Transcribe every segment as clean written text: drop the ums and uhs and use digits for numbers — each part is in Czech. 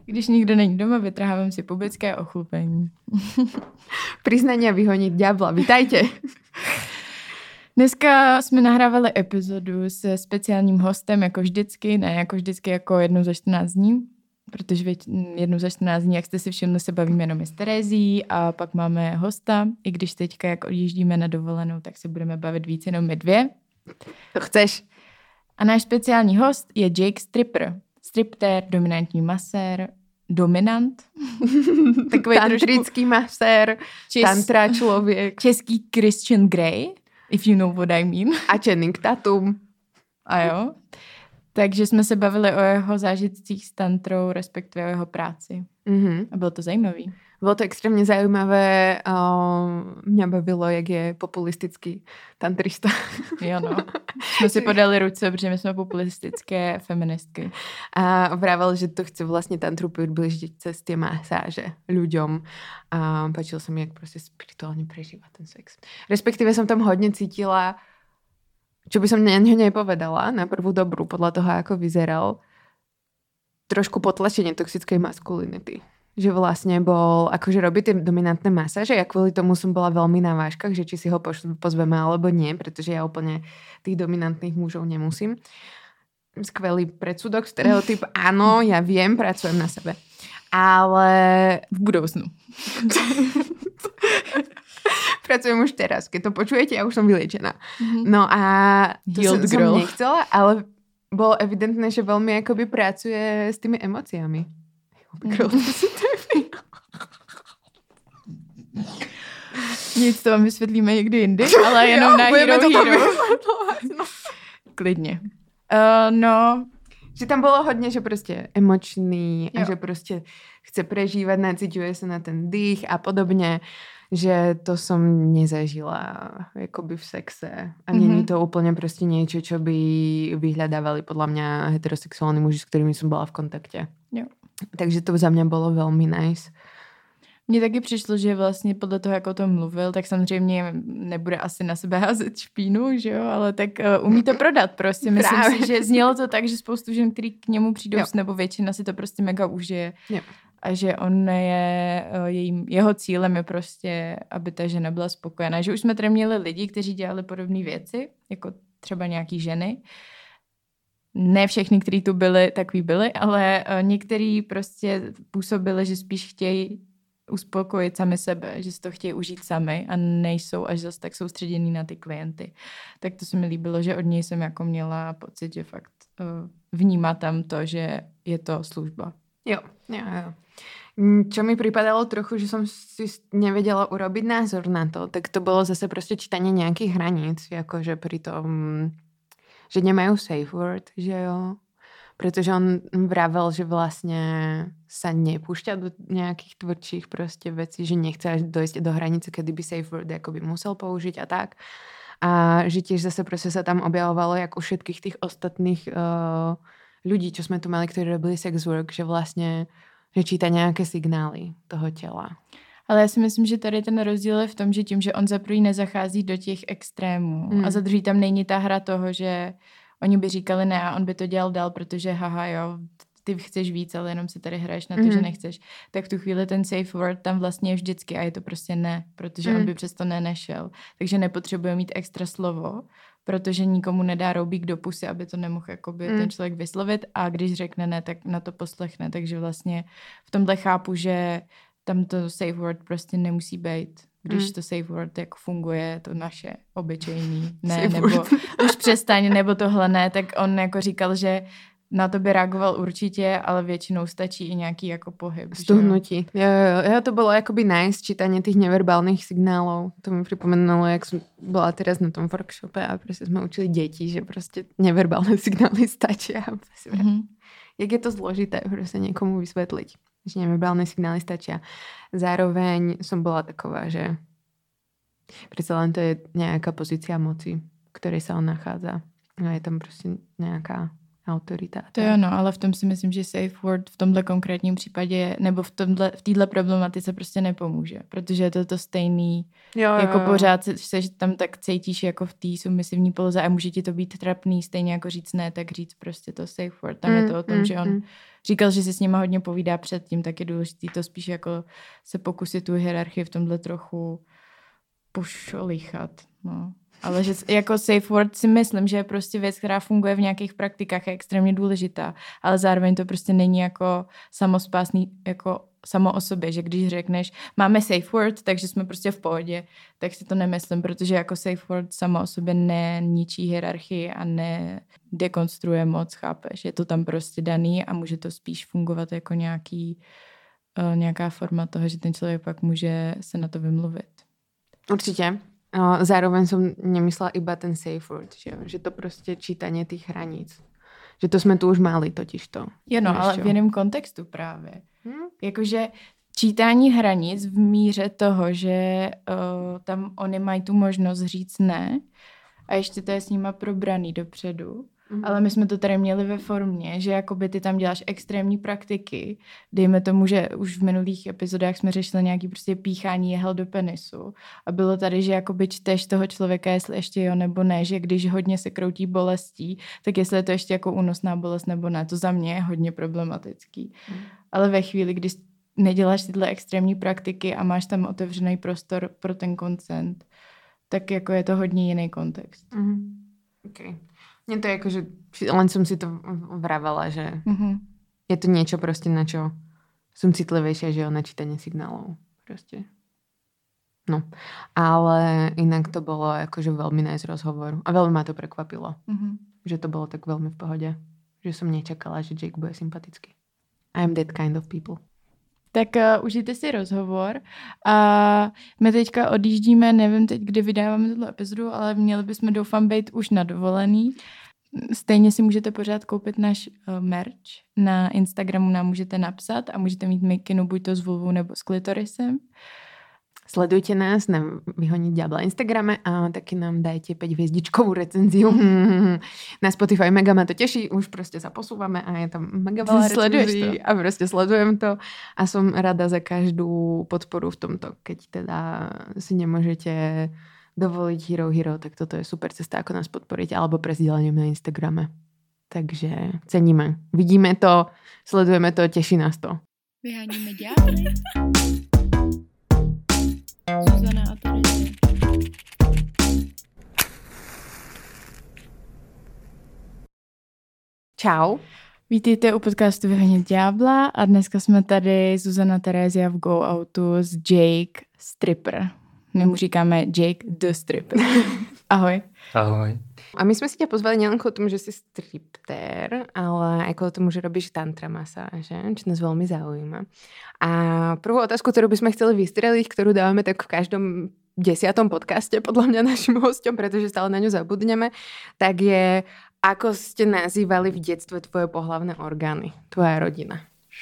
Když nikdo není doma, vytrhávám si pubické ochlupení. Priznania vyhoniť ďábla. Vítajte. Dneska jsme nahrávali epizodu se speciálním hostem, jako vždycky, ne jako vždycky, jako jednou za 14 dní, protože jednou za 14 dní, jak jste si všimli, se bavíme jenom s Terezí a pak máme hosta, i když teďka, jak odjíždíme na dovolenou, tak se budeme bavit víc jenom my dvě. To chceš. A náš speciální host je Jake Stripper. Striptér, dominantní masér, dominant. Takový tantrický masér, tantra člověk. Český Christian Grey, if you know what I mean. A Channing Tatum. A jo. Takže jsme se bavili o jeho zážitcích s tantrou, respektive o jeho práci. Mm-hmm. A bylo to zajímavý. Bylo to extrémně zajímavé. Mě bavilo, jak je populistický tantrista. Jo, no. Jsme si podali ruce, protože my jsme populistické feministky. A vravel, že to chce vlastně tantru približiť cez tie masáže ľuďom. A páčilo sa mi, jak prostě spirituálně prežíva ten sex. Respektíve som tam hodně cítila, čo by som na neho nepovedala na prvú dobrú, podľa toho, ako vyzeral, trošku potlačenie toxickej maskulinity. Že vlastne bol, akože robí tie dominantné masáže. Ja kvôli tomu som bola veľmi na vážkach, že či si ho pozveme alebo nie, pretože ja úplne tých dominantných mužov nemusím. Skvelý predsudok, stereotyp. Áno, ja viem, pracujem na sebe. Ale v budoucnu. Pracujem už teraz. Keď to počujete, ja už som vyliečená. No a to som nechcela, ale bolo evidentné, že veľmi akoby pracuje s tými emóciami. Nic, to vám vysvětlíme někdy jindy, ale jenom na Hero. Klidně. No. Že tam bylo hodně, že prostě emočný a že prostě chce prežívat, naciťuje se na ten dých a podobně, že to som nezažila jakoby v sexe. A není to úplně prostě niečo, čo by vyhľadávali podľa mňa heterosexuálni muži, s kterými som bola v kontakte. Jo. Takže to za mě bylo velmi nice. Mně taky přišlo, že vlastně podle toho, jak o tom mluvil, tak samozřejmě nebude asi na sebe házet špínu, že jo, ale tak umí to prodat prostě. Myslím si, že znělo to tak, že spoustu žen, který k němu přijdou, nebo většina si to prostě mega užije. Jo. A že on je, jeho cílem je prostě, aby ta žena byla spokojená. Že už jsme tady měli lidi, kteří dělali podobné věci, jako třeba nějaký ženy. Ne všechny, kteří tu byli, takový byli, ale některý prostě působili, že spíš chtějí uspokojit sami sebe, že si to chtějí užít sami a nejsou až zase tak soustředěný na ty klienty. Tak to se mi líbilo, že od něj jsem jako měla pocit, že fakt vnímá tam to, že je to služba. Jo. Čo mi pripadalo trochu, že som si nevedela urobiť názor na to, tak to bolo zase proste čítanie nejakých hraníc, akože pri tom, že nemajú safe word, že jo. Pretože on vravel, že vlastne sa nepúšťa do nejakých tvrdších proste vecí, že nechce až dojsť do hranice, kedy by safe word akoby musel použiť a tak. A že tiež zase proste sa tam objavovalo, jak u všetkých tých ostatných ľudí, čo sme tu mali, ktorí robili sex work, že vlastne že číta nějaké signály toho těla. Ale já si myslím, že tady ten rozdíl je v tom, že tím, že on za první nezachází do těch extrémů a za druhý tam není ta hra toho, že oni by říkali ne a on by to dělal dál, protože haha jo, ty chceš víc, ale jenom si tady hraješ na to, že nechceš. Tak v tu chvíli ten safe word tam vlastně je vždycky a je to prostě ne, protože on by přesto nešel. Takže nepotřebuje mít extra slovo, protože nikomu nedá roubík do pusy, aby to nemohl jakoby ten člověk vyslovit a když řekne ne, tak na to poslechne. Takže vlastně v tomhle chápu, že tam to safe word prostě nemusí být. Když to safe word jako funguje, to naše obyčejný, ne, nebo už přestaň, nebo tohle ne, tak on jako říkal, že na to by reagoval určitě, ale většinou stačí i nějaký jako pohyb. Stuhnutí. Jo, to bylo jakoby nice čítanie tých neverbálnych signálov. To mi připomenulo, jak som bola teraz na tom workshope a prostě jsme učili děti, že prostě neverbálne signály stačí. Jak je to zložité prostě někomu vysvetliť, že neverbálne signály stačí. Zároveň som bola taková, že predsa len to je nejaká pozícia moci, v ktorej sa on nachádza. A je tam prostě nejaká autorita. To jo, no, ale v tom si myslím, že safe word v tomhle konkrétním případě nebo v téhle problematice prostě nepomůže, protože je to stejný, jako pořád se tam tak cítíš jako v té submisivní poloze a může ti to být trapný, stejně jako říct ne, tak říct prostě to safe word. Tam je to o tom, že on říkal, že si s nima hodně povídá předtím, tak je důležitý to spíš jako se pokusit tu hierarchii v tomhle trochu pošolichat, no. Ale že jako safe word si myslím, že je prostě věc, která funguje v nějakých praktikách, je extrémně důležitá, ale zároveň to prostě není jako samospásný, jako samo o sobě, že když řekneš, máme safe word, takže jsme prostě v pohodě, tak si to nemyslím, protože jako safe word samo o sobě neničí hierarchii a nedekonstruuje moc, chápeš? Je to tam prostě daný a může to spíš fungovat jako nějaká forma toho, že ten člověk pak může se na to vymluvit. Určitě. Zároveň som nemyslela iba ten safe word, že to prostě čítanie tých hraníc. Že to jsme tu už mali totižto. Jo, no, ale v jiném kontextu právě. Jakože čítání hranic v míře toho, že tam oni mají tu možnost říct ne a ještě to je s nima probraný dopředu. Ale my jsme to tady měli ve formě, že jakoby ty tam děláš extrémní praktiky. Dejme tomu, že už v minulých epizodách jsme řešili nějaký prostě píchání jehel do penisu. A bylo tady, že jakoby čteš toho člověka, jestli ještě jo nebo ne, že když hodně se kroutí bolestí, tak jestli je to ještě jako únosná bolest nebo ne. To za mě je hodně problematický. Ale ve chvíli, když neděláš tyhle extrémní praktiky a máš tam otevřený prostor pro ten koncent, tak jako je to hodně jiný kontext. Okay. Nie to je ako, že len som si to vravala, že je to niečo proste, na čo som citlivejšia, že o načítanie signálov. Proste. No. Ale inak to bolo akože veľmi nice rozhovor. A veľmi ma to prekvapilo. Že to bolo tak veľmi v pohode. Že som nečakala, že Jake bude sympatický. I'm that kind of people. Tak užijte si rozhovor a my teďka odjíždíme, nevím teď, kdy vydáváme tuto epizodu, ale měli bychom, doufám, být už na dovolený. Stejně si můžete pořád koupit náš merch. Na Instagramu nám můžete napsat a můžete mít mikinu buď to s vulvou nebo s klitorisem. Sledujte nás na Vyhoniť diabla Instagrame a taky nám dajte 5-hviezdičkovú recenziu. Na Spotify mega ma to teší, už proste sa posúvame a je tam mega veľa recenzií a proste sledujem to a som rada za každú podporu v tomto. Keď teda si nemôžete dovoliť Hero, tak toto je super cesta, ako nás podporiť, alebo prezdieľaním na Instagrame. Takže ceníme. Vidíme to, sledujeme to, teší nás to. Vyháníme ďábly. Zuzana a Terezie. Čau. Vítejte u podcastu Vyhonit ďábla a dneska jsme tady Zuzana Terezia v Go Outu s Jake Stripper. My mu říkáme Jake the Stripper. Ahoj. Ahoj. A my sme si ťa pozvali nielen kvôli tomu, že si striptér, ale aj kvôli tomu, že robíš tantra masáže, čo nás veľmi zaujíma. A prvú otázku, ktorú by sme chceli vystreliť, ktorú dávame tak v každom 10. podcaste, podľa mňa našim hosťom, pretože stále na ňu zabudneme, tak je, ako ste nazývali v detstve tvoje pohlavné orgány, tvoja rodina?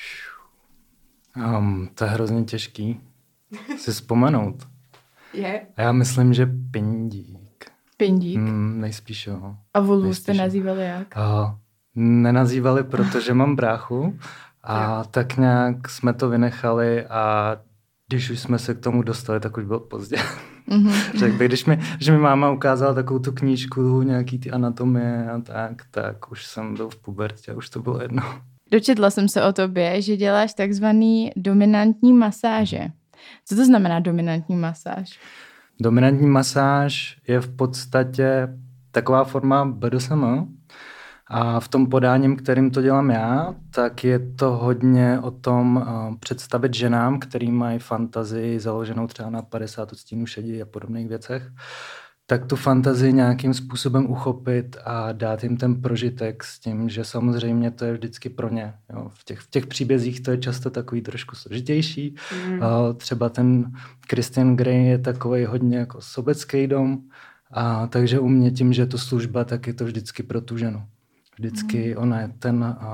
To je hrozně těžký si vzpomenout. Je? A já myslím, že pindík. Pindík? Nejspíš jo. A vulvu jste nazývali jak? Nenazývali, protože mám bráchu a tak nějak jsme to vynechali a když už jsme se k tomu dostali, tak už bylo pozdě. Řekl bych, když mi máma ukázala takovou tu knížku, nějaký ty anatomie a tak už jsem byl v pubertě a už to bylo jedno. Dočetla jsem se o tobě, že děláš takzvaný dominantní masáže. Co to znamená dominantní masáž? Dominantní masáž je v podstatě taková forma BDSM a v tom podáním, kterým to dělám já, tak je to hodně o tom představit ženám, který mají fantazii založenou třeba na 50 odstínů šedi a podobných věcech, tak tu fantazii nějakým způsobem uchopit a dát jim ten prožitek s tím, že samozřejmě to je vždycky pro ně. Jo. V těch příbězích to je často takový trošku složitější. Třeba ten Christian Grey je takovej hodně jako sobecký dom, a takže u mě tím, že je to služba, tak je to vždycky pro tu ženu. Vždycky ona je ten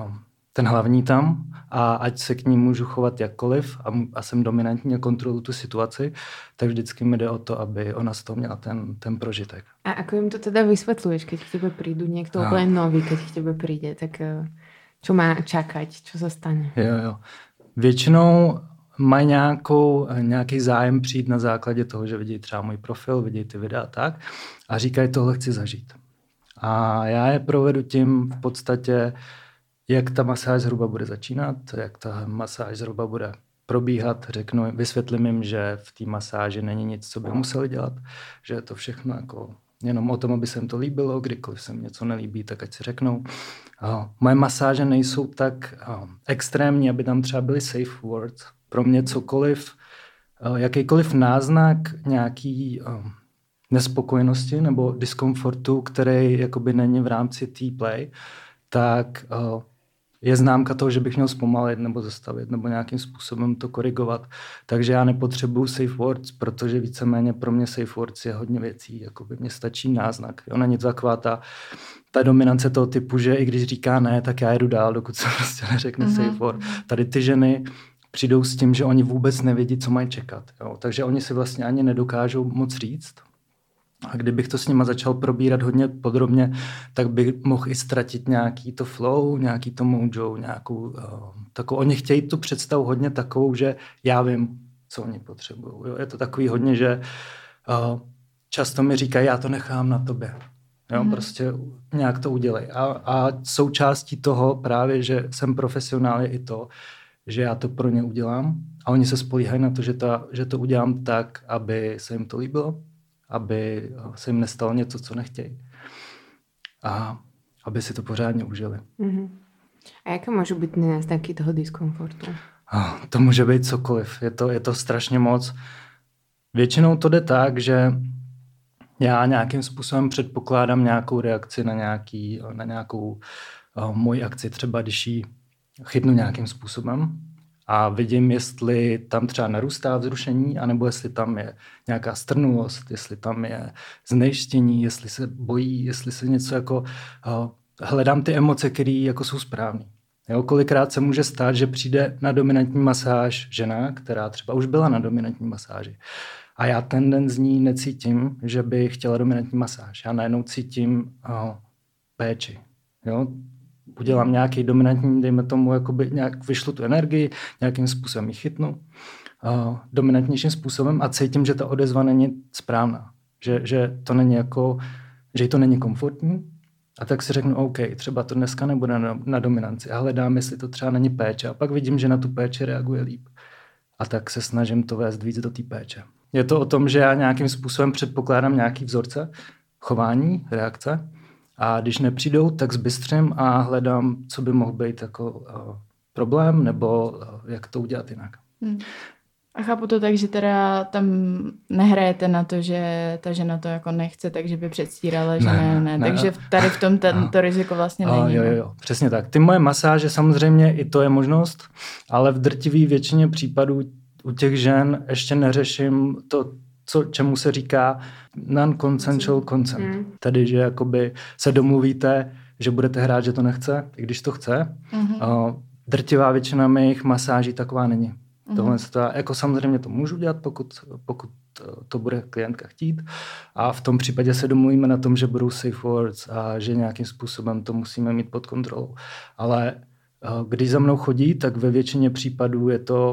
ten hlavní tam a ať se k ní můžu chovat jakkoliv a jsem dominantní a kontroluji tu situaci, tak vždycky mi jde o to, aby ona z toho měla ten prožitek. A ako jim to teda vysvětluješ, keď k tebe prídu niekto úplne nový, keď k tebe príde, tak čo má čakať, čo sa stane? Jo. Většinou mají nějaký zájem přijít na základě toho, že vidí třeba můj profil, vidí ty videa tak a říkají, tohle chci zažít. A já je provedu tím v podstatě, jak ta masáž zhruba bude začínat, jak ta masáž zhruba bude probíhat, vysvětlím jim, že v té masáži není nic, co by museli dělat, že je to všechno jako jenom o tom, aby se jim to líbilo, kdykoliv se mi něco nelíbí, tak ať si řeknou. Moje masáže nejsou tak extrémní, aby tam třeba byly safe words. Pro mě cokoliv, jakýkoliv náznak nějaký nespokojenosti nebo diskomfortu, který jakoby není v rámci T-play, tak je známka toho, že bych měl zpomalit nebo zastavit nebo nějakým způsobem to korigovat. Takže já nepotřebuju safe words, protože víceméně pro mě safe words je hodně věcí. Jakoby mně stačí náznak. Ona nic taková ta dominance toho typu, že i když říká ne, tak já jedu dál, dokud se prostě neřekne safe word. Tady ty ženy přijdou s tím, že oni vůbec nevědí, co mají čekat. Jo? Takže oni si vlastně ani nedokážou moc říct. A kdybych to s nima začal probírat hodně podrobně, tak bych mohl i ztratit nějaký to flow, nějaký to mojo, nějakou takovou. Oni chtějí tu představu hodně takovou, že já vím, co oni potřebují. Je to takový hodně, že často mi říkají, já to nechám na tobě. Jo, prostě nějak to udělej. A součástí toho právě, že jsem profesionál, je i to, že já to pro ně udělám a oni se spolíhají na to, že to udělám tak, aby se jim to líbilo, aby se jim nestalo něco, co nechtějí. A aby si to pořádně užili. Mm-hmm. A jaké můžou být náznaky toho diskomfortu? To může být cokoliv. Je to strašně moc. Většinou to jde tak, že já nějakým způsobem předpokládám nějakou reakci na nějakou moji akci, třeba když ji chytnu nějakým způsobem a vidím, jestli tam třeba narůstá vzrušení, anebo jestli tam je nějaká strnulost, jestli tam je znejštění, jestli se bojí, jestli se něco jako... hledám ty emoce, které jako jsou správné. Kolikrát se může stát, že přijde na dominantní masáž žena, která třeba už byla na dominantní masáži. A já ten den z ní necítím, že by chtěla dominantní masáž. Já najednou cítím péči. Jo? Udělám nějaký dominantní, dejme tomu, jakoby nějak vyšlu tu energii, nějakým způsobem ji chytnu, dominantnějším způsobem a cítím, že ta odezva není správná. Že to není jako, že to není komfortní. A tak si řeknu, OK, třeba to dneska nebude na dominanci a hledám, jestli to třeba není péče. A pak vidím, že na tu péči reaguje líp. A tak se snažím to vést víc do té péče. Je to o tom, že já nějakým způsobem předpokládám nějaký vzorce, chování, reakce a když nepřijdou, tak zbystřím a hledám, co by mohl být jako problém nebo jak to udělat jinak. A chápu to tak, že teda tam nehrajete na to, že ta žena to jako nechce, takže by předstírala, že ne. Takže tady v tom to riziko vlastně není. Jo, přesně tak. Ty moje masáže samozřejmě i to je možnost, ale v drtivé většině případů u těch žen ještě neřeším to, čemu se říká non-consensual consent. Tedy, že jakoby se domluvíte, že budete hrát, že to nechce, i když to chce. Drtivá většina mých masáží taková není. Tohle jako samozřejmě to můžu dělat, pokud to bude klientka chtít. A v tom případě se domluvíme na tom, že budou safe words a že nějakým způsobem to musíme mít pod kontrolou. Ale když za mnou chodí, tak ve většině případů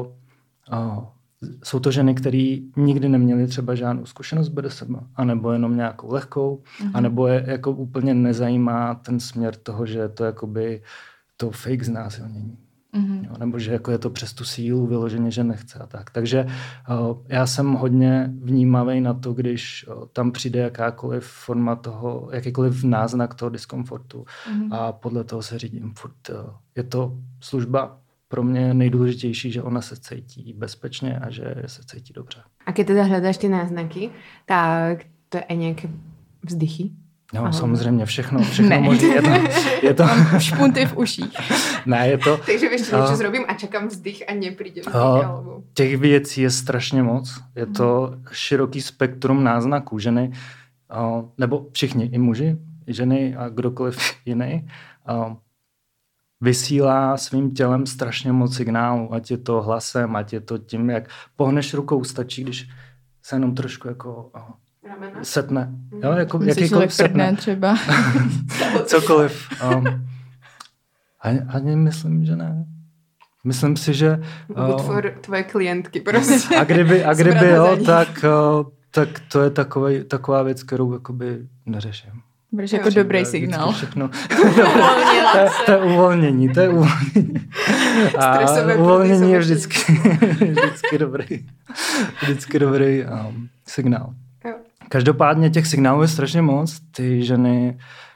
jsou to ženy, které nikdy neměly třeba žádnou zkušenost BDSM, anebo jenom nějakou lehkou, anebo je jako úplně nezajímá ten směr toho, že je to jakoby to fake znásilnění. Jo, nebo že jako je to přes tu sílu vyloženě, že nechce a tak. Takže já jsem hodně vnímavý na to, když tam přijde jakákoliv forma toho, jakýkoliv náznak toho diskomfortu a podle toho se řídím. Je to služba pro mě nejdůležitější, že ona se cítí bezpečně a že se cítí dobře. A když teda hledáš ty náznaky, tak to je nějaké vzdychy? No, samozřejmě, všechno možné. Je to špunty v uších. Ne, je to... Takže víš, něco zrobím a čekám vzdych a nepřijde vzdych. Těch věcí je strašně moc. Je to široký spektrum náznaků. Ženy, nebo všichni, i muži, i ženy a kdokoliv jiný, vysílá svým tělem strašně moc signálů, ať je to hlasem, ať je to tím, jak pohneš rukou, stačí, když se jenom trošku jako setne. Jo, jako jakýkoliv setne. Třeba. Cokoliv. Ani myslím, že ne. Myslím si, že... Tvoje klientky, prostě. A kdyby jo, tak to je taková věc, kterou jakoby neřeším. Protože jako dobrý signál. Všechno. To je uvolnění. A uvolnění je vždycky dobrý signál. Každopádně těch signálů je strašně moc. Ty ženy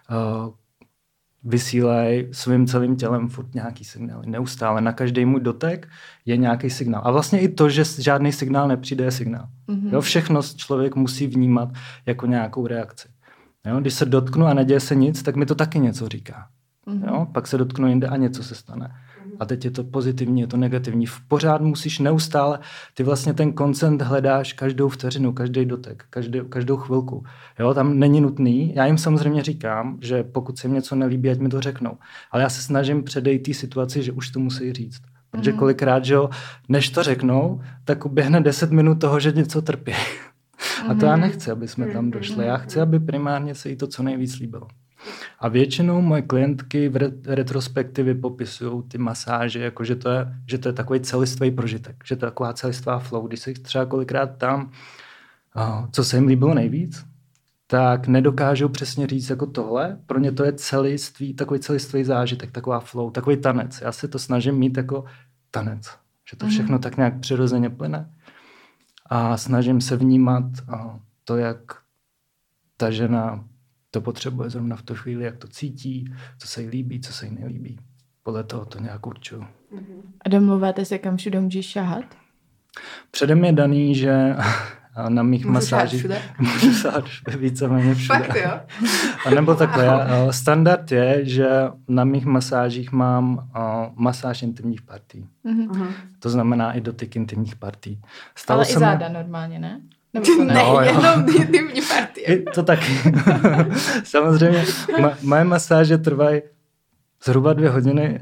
vysílají svým celým tělem furt nějaký signály. Neustále. Na každý můj dotek je nějaký signál. A vlastně i to, že žádný signál nepřijde, je signál. Jo, všechno člověk musí vnímat jako nějakou reakci. Jo, když se dotknu a neděje se nic, tak mi to taky něco říká. Jo, pak se dotknu jinde a něco se stane. A teď je to pozitivní, je to negativní. Pořád musíš neustále, ty vlastně ten koncent hledáš každou vteřinu, každý dotek, každou chvilku. Jo, tam není nutný. Já jim samozřejmě říkám, že pokud se jim něco nelíbí, ať mi to řeknou. Ale já se snažím předejít té situaci, že už to musí říct. Protože kolikrát, že jo, než to řeknou, tak uběhne 10 minut toho, že něco trpí. A to já nechci, aby jsme tam došli. Já chci, aby primárně se jí to co nejvíc líbilo. A většinou moje klientky v retrospektivě popisují ty masáže, jako že to je takový celistvý prožitek, že to je taková celistvá flow. Když se jich třeba kolikrát tam, co se jim líbilo nejvíc, tak nedokážou přesně říct jako tohle. Pro ně to je takový celistvý zážitek, taková flow, takový tanec. Já se to snažím mít jako tanec, že to všechno tak nějak přirozeně plyne. A snažím se vnímat to, jak ta žena to potřebuje zrovna v tu chvíli, jak to cítí, co se jí líbí, co se jí nelíbí. Podle toho to nějak určuju. A domluváte se, kam všude můžeš šahat? Předem je daný, že na mých masážích můžu sahat víceméně všude. Fakt jo? A nebo takhle. Standard je, že na mých masážích mám masáž intimních partí. To znamená i dotyk intimních partí. Ale i záda normálně, ne? Ne, jenom intimní partie. To taky. Samozřejmě, moje masáže trvají zhruba 2 hodiny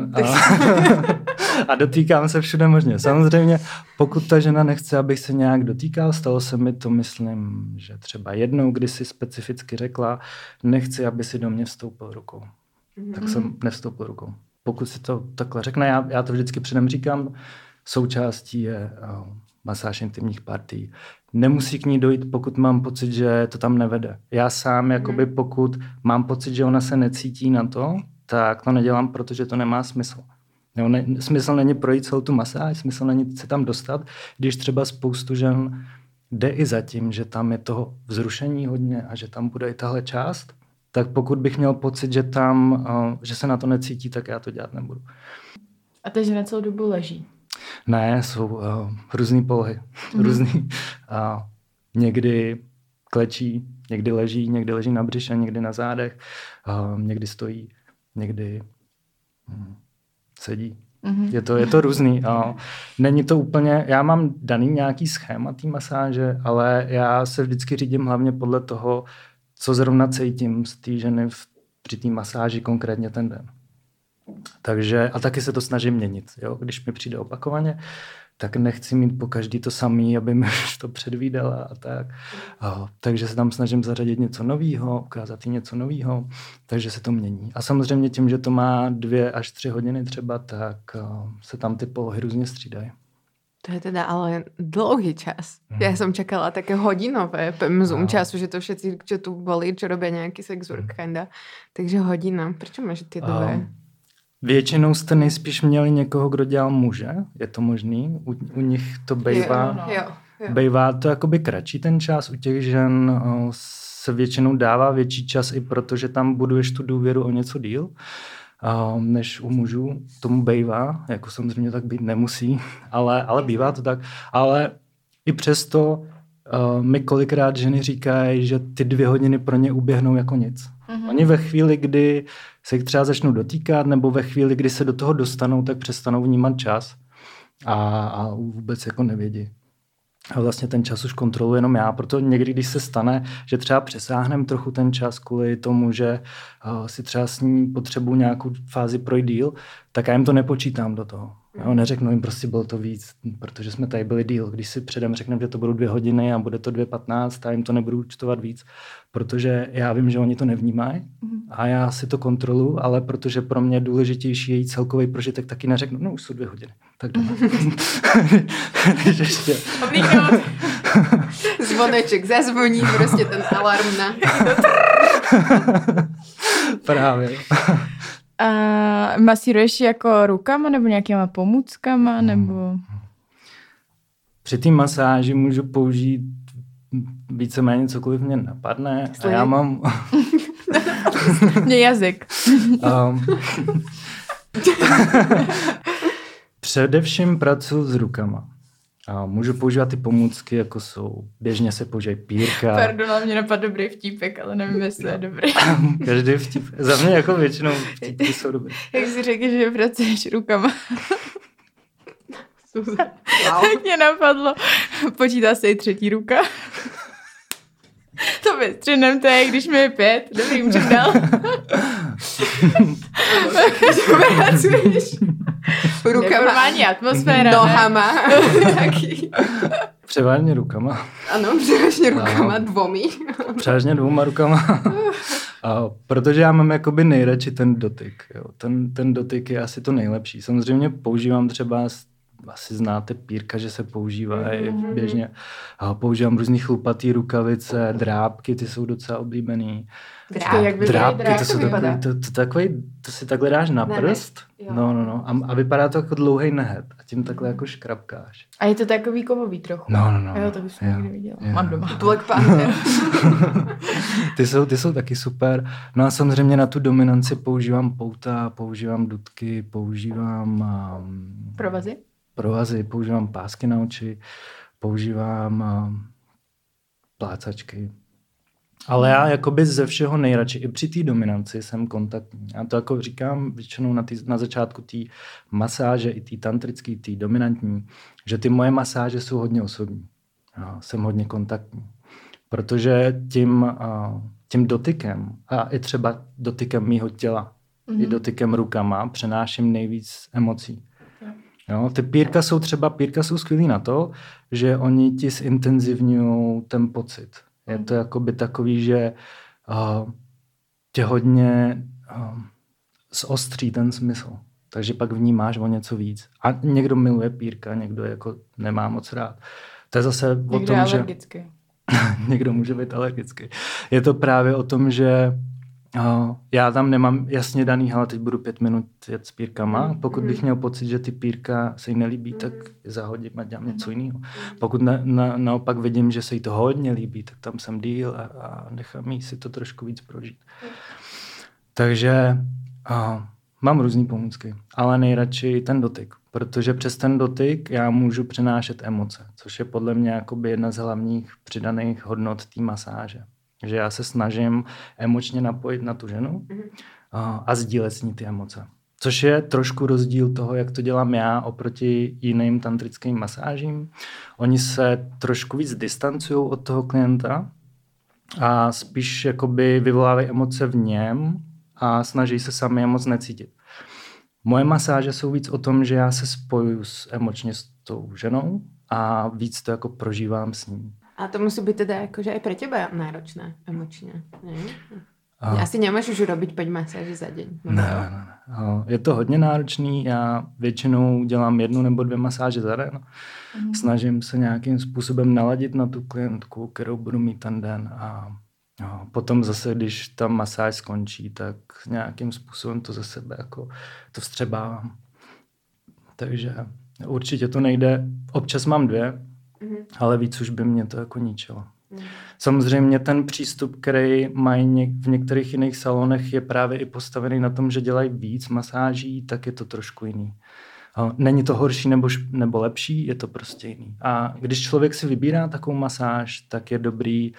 a dotýkám se všude možně. Samozřejmě, pokud ta žena nechce, abych se nějak dotýkal, stalo se mi to, myslím, že třeba jednou, kdy si specificky řekla, nechci, aby si do mě vstoupil rukou. Tak jsem nevstoupil rukou. Pokud si to takhle řekne, já to vždycky předem říkám, součástí je masáž intimních partí. Nemusí k ní dojít, pokud mám pocit, že to tam nevede. Já sám, jakoby pokud mám pocit, že ona se necítí na to, tak to nedělám, protože to nemá smysl. Smysl není projít celou tu masáž, smysl není se tam dostat, když třeba spoustu žen jde i za tím, že tam je toho vzrušení hodně a že tam bude i tahle část, tak pokud bych měl pocit, že se na to necítí, tak já to dělat nebudu. A ta žena celou dobu leží? Ne, jsou různý polohy. Různý. Někdy klečí, někdy leží na břiše, někdy na zádech, někdy stojí, někdy sedí. Je to různý. Není to úplně, já mám daný nějaký schéma té masáže, ale já se vždycky řídím hlavně podle toho, co zrovna cítím z té ženy při té masáži konkrétně ten den. Takže, a taky se to snažím měnit. Jo? Když mi přijde opakovaně, tak nechci mít po každý to samý, aby mi to předvídala a tak. Takže se tam snažím zařadit něco nového, ukázat jí něco nového, takže se to mění. A samozřejmě tím, že to má 2 až 3 hodiny třeba, tak se tam ty polohy různě střídají. To je teda ale dlouhý čas. Ja som čakala také hodinové pemzum času, že to všetci, čo tu boli, čo robia nejaký sex work kinda. Takže hodina. Prečo máš ty 2? Většinou jste nejspíš měli někoho, kdo dělal muže. Je to možný? U nich to bejvá. Bejvá to jakoby kratší ten čas. U těch žen se většinou dává větší čas i proto, že tam buduješ tu důvěru o něco díl, než u mužů. Tomu bejvá. Jako samozřejmě tak být nemusí, ale bývá to tak. Ale i přesto mi kolikrát ženy říkají, že ty 2 hodiny pro ně uběhnou jako nic. Oni ve chvíli, kdy se jich třeba začnou dotýkat, nebo ve chvíli, kdy se do toho dostanou, tak přestanou vnímat čas a vůbec jako nevědí. A vlastně ten čas už kontroluji jenom já, proto někdy, když se stane, že třeba přesáhnem trochu ten čas kvůli tomu, že si třeba s ní potřebuji nějakou fázi projít díl, tak já jim to nepočítám do toho. Jo, neřeknu jim prostě bylo to víc, protože jsme tady byli díl. Když si předem řekneme, že to budou 2 hodiny a bude to 2:15, a jim to nebudu účtovat víc, protože já vím, že oni to nevnímají a já si to kontroluji, ale protože pro mě důležitější je její celkový prožitek, taky neřeknu, no už jsou 2 hodiny. Tak doma. Když ještě... Zvoneček zazvoní, prostě ten alarm na... Právě. A masíruješ jako rukama nebo nějakýma pomůckama, nebo... Při té masáži můžu použít víceméně cokoliv mě napadne. A já mám... Mě jazyk. Především pracuji s rukama. A můžu používat ty pomůcky, jako jsou, běžně se používají pírka. Pardon, ale mě napadl dobrý vtípek, ale nevím, jestli je dobrý. Každý vtip. Za mě jako většinou vtipky jsou dobrý. Jak jsi řekl, že pracuješ rukama. Wow. Tak mě napadlo, počítá se i 3. ruka. To vystřihnem, to je, když mi je 5. Dobrý, můžeme dál. Pracuješ rukama. Neformální atmosféra, nohama. Taky. Převážně rukama. Ano, převážně rukama, 2. Převážně 2 rukama. A protože já mám jakoby nejradši ten dotyk. Jo. Ten dotyk je asi to nejlepší. Samozřejmě používám třeba, asi znáte pírka, že se používají běžně. A používám různý chlupatý rukavice, drápky, ty jsou docela oblíbený. Drápky, to jsou takový, to si takhle dáš na prst. No. A vypadá to jako dlouhej nehet. A tím takhle jako škrapkáš. A je to takový kovový trochu. No. Jo, to bych někdy viděla. Mám doma. Black Panther. Ty jsou taky super. No a samozřejmě na tu dominanci používám pouta, používám dudky, používám... Provazy, používám pásky na oči, používám plácačky. Ale já jakoby ze všeho nejradši, i při té dominanci jsem kontaktní. Já to jako říkám většinou na začátku té masáže, i té tantrické, té dominantní, že ty moje masáže jsou hodně osobní. Já jsem hodně kontaktní. Protože tím dotykem, a i třeba dotykem mýho těla, i dotykem rukama, přenáším nejvíc emocí. Jo, ty pírka jsou skvělý na to, že oni ti zintenzivňují ten pocit. Je to jakoby takový, že tě hodně zostří ten smysl. Takže pak vnímáš o něco víc. A někdo miluje pírka, někdo jako nemá moc rád. To je zase o tom, že... Někdo může být alergický. Je to právě o tom, že já tam nemám jasně daný, ale teď budu 5 minut jet s pírkama. Pokud bych měl pocit, že ty pírka se jí nelíbí, tak zahodím a dělám něco jiného. Pokud naopak vidím, že se jí to hodně líbí, tak tam jsem díl a nechám jí si to trošku víc prožít. Takže mám různý pomůcky, ale nejradši ten dotyk, protože přes ten dotyk já můžu přenášet emoce, což je podle mě jakoby jedna z hlavních přidaných hodnot té masáže. Že já se snažím emočně napojit na tu ženu a sdílet s ní ty emoce. Což je trošku rozdíl toho, jak to dělám já oproti jiným tantrickým masážím. Oni se trošku víc distancují od toho klienta a spíš jakoby vyvolávají emoce v něm a snaží se sami je moc necítit. Moje masáže jsou víc o tom, že já se spojuju emočně s tou ženou a víc to jako prožívám s ní. A to musí být teda jakože i pro tebe náročné emočně. Asi nemáš už robiť 5 masáží za deň. Ne. Je to hodně náročný. Já většinou dělám 1 nebo 2 masáže za den. Snažím se nějakým způsobem naladit na tu klientku, kterou budu mít ten den. A potom zase, když ta masáž skončí, tak nějakým způsobem to ze sebe jako to vstřebávám. Takže určitě to nejde. Občas mám 2, ale víc už by mě to jako ničilo. Samozřejmě ten přístup, který mají v některých jiných salonech, je právě i postavený na tom, že dělají víc masáží, tak je to trošku jiný. Není to horší nebo lepší, je to prostě jiný. A když člověk si vybírá takovou masáž, tak je dobrý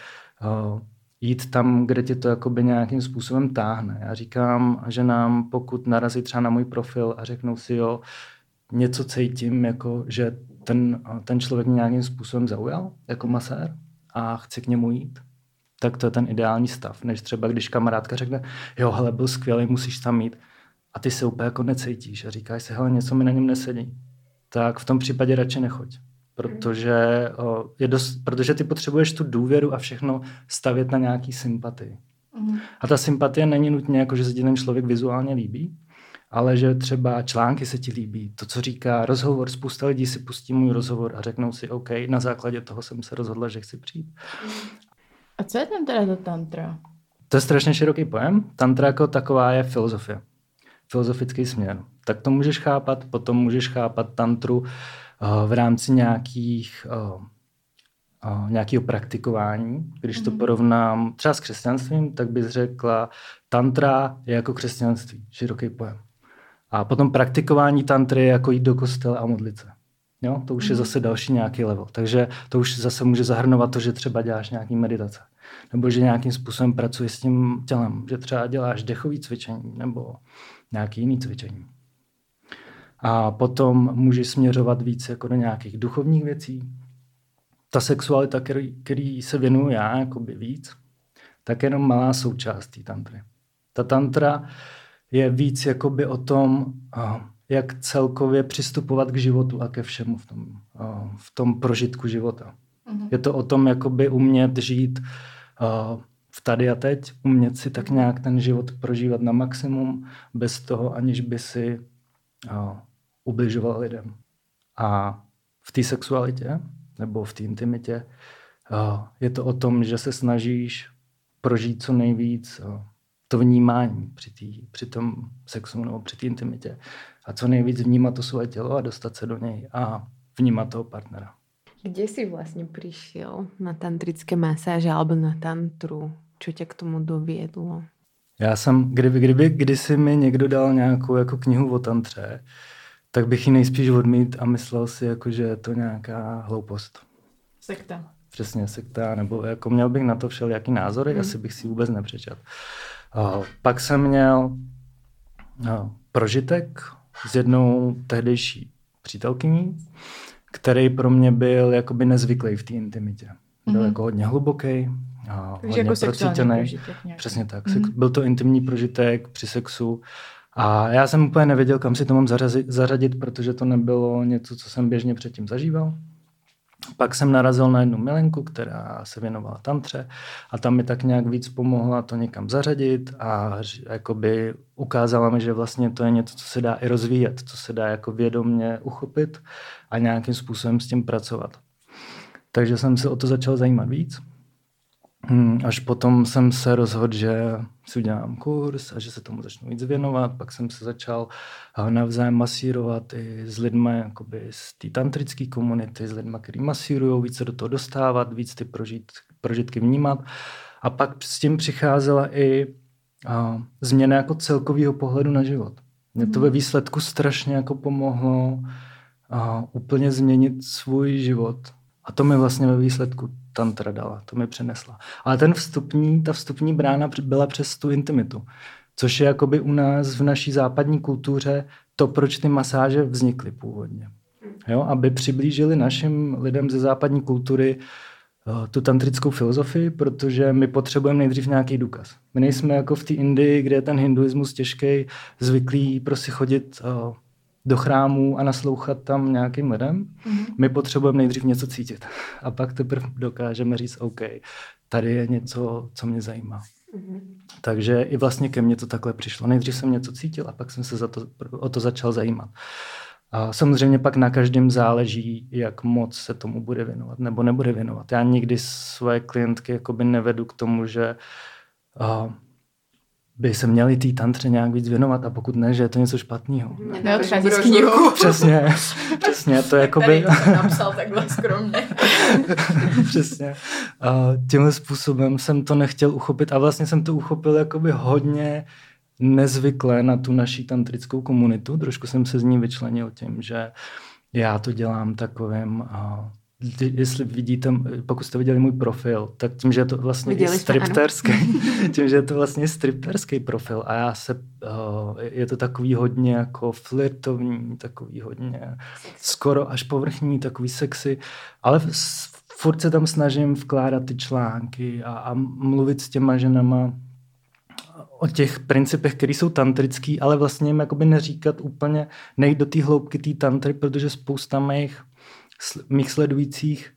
jít tam, kde tě to jakoby nějakým způsobem táhne. Já říkám, že nám, pokud narazí třeba na můj profil a řeknou si, jo, něco cítím, jako, že ten člověk mě nějakým způsobem zaujal jako masér a chci k němu jít, tak to je ten ideální stav, než třeba když kamarádka řekne, jo, hele, byl skvělý, musíš tam jít a ty se úplně jako necítíš a říkáš si, hele, něco mi na něm nesedí. Tak v tom případě radši nechoď, protože ty potřebuješ tu důvěru a všechno stavět na nějaký sympatii. A ta sympatie není nutně jako, že se ti ten člověk vizuálně líbí, ale že třeba články se ti líbí, to, co říká rozhovor, spousta lidí si pustí můj rozhovor a řeknou si, OK, na základě toho jsem se rozhodla, že chci přijít. A co je tam teda ta tantra? To je strašně široký pojem. Tantra jako taková je filozofie. Filozofický směr. Tak to můžeš chápat, potom můžeš chápat tantru v rámci nějakého praktikování. Když to porovnám třeba s křesťanstvím, tak bys řekla, tantra je jako křesťanství, široký pojem. A potom praktikování tantry je jako jít do kostela a modlit se. Jo? To už je zase další nějaký level. Takže to už zase může zahrnovat to, že třeba děláš nějaký meditace. Nebo že nějakým způsobem pracuješ s tím tělem. Že třeba děláš dechové cvičení nebo nějaké jiné cvičení. A potom můžeš směřovat víc jako do nějakých duchovních věcí. Ta sexualita, který se věnuju já jakoby víc, tak je jenom malá součást té tantry. Ta tantra je víc jakoby o tom, jak celkově přistupovat k životu a ke všemu v tom prožitku života. Je to o tom jakoby umět žít v tady a teď, umět si tak nějak ten život prožívat na maximum, bez toho, aniž by si ubližoval lidem. A v té sexualitě nebo v té intimitě je to o tom, že se snažíš prožít co nejvíc to vnímání při tom sexu nebo při té intimitě a co nejvíc vnímat to svoje tělo a dostat se do něj a vnímat toho partnera. Kde si vlastně přišel na tantrické masáže alebo na tantru? Co tě k tomu dovedlo? Já jsem, kdysi mi někdo dal nějakou jako knihu o tantře, tak bych ji nejspíš odmít a myslel si, jako, že je to nějaká hloupost. Sekta. Přesně, sekta, nebo jako měl bych na to všelijaký názory, asi bych si vůbec nepřečet. Pak jsem měl prožitek s jednou tehdejší přítelkyní, který pro mě byl jakoby nezvyklý v té intimitě. Byl jako hodně hluboký, hodně jako procítěný. Přesně tak. Byl to intimní prožitek při sexu. A já jsem úplně nevěděl, kam si to mám zařadit, protože to nebylo něco, co jsem běžně předtím zažíval. Pak jsem narazil na jednu milenku, která se věnovala tantře a tam mi tak nějak víc pomohla to někam zařadit a jakoby ukázala mi, že vlastně to je něco, co se dá i rozvíjet, co se dá jako vědomě uchopit a nějakým způsobem s tím pracovat. Takže jsem se o to začal zajímat víc. Až potom jsem se rozhodl, že si udělám kurz a že se tomu začnu víc věnovat. Pak jsem se začal navzájem masírovat i s lidmi jakoby z té tantrické komunity, s lidmi, kteří masírují, víc se do toho dostávat, víc ty prožitky vnímat. A pak s tím přicházela i změna jako celkového pohledu na život. Mě to ve výsledku strašně jako pomohlo úplně změnit svůj život. A to mi vlastně ve výsledku tantra dala, to mi přinesla. Ale ta vstupní brána byla přes tu intimitu, což je jakoby u nás v naší západní kultuře to, proč ty masáže vznikly původně. Jo? Aby přiblížili našim lidem ze západní kultury tu tantrickou filozofii, protože my potřebujeme nejdřív nějaký důkaz. My nejsme jako v té Indii, kde je ten hinduismus těžký, zvyklí prostě chodit do chrámů a naslouchat tam nějakým lidem. My potřebujeme nejdřív něco cítit. A pak teprve dokážeme říct, OK, tady je něco, co mě zajímá. Takže i vlastně ke mně to takhle přišlo. Nejdřív jsem něco cítil a pak jsem se o to začal zajímat. A samozřejmě pak na každém záleží, jak moc se tomu bude věnovat nebo nebude věnovat. Já nikdy své klientky jakoby nevedu k tomu, že by se měli té tantře nějak víc věnovat a pokud ne, že je to něco špatného. Neodchází z knihu. Přesně, to jakoby... Tady to napsal takhle skromně. Přesně. A tímhle způsobem jsem to nechtěl uchopit a vlastně jsem to uchopil jakoby hodně nezvyklé na tu naší tantrickou komunitu. Trošku jsem se z ní vyčlenil tím, že já to dělám takovým jestli vidíte, pokud jste viděli můj profil, tak tím, že je to vlastně stripterský profil a já se, je to takový hodně jako flirtovní, takový hodně skoro až povrchní, takový sexy, ale furt se tam snažím vkládat ty články a mluvit s těma ženama o těch principech, které jsou tantrický, ale vlastně jim jakoby neříkat úplně, nejít do té hloubky té tantry, protože spousta mých sledujících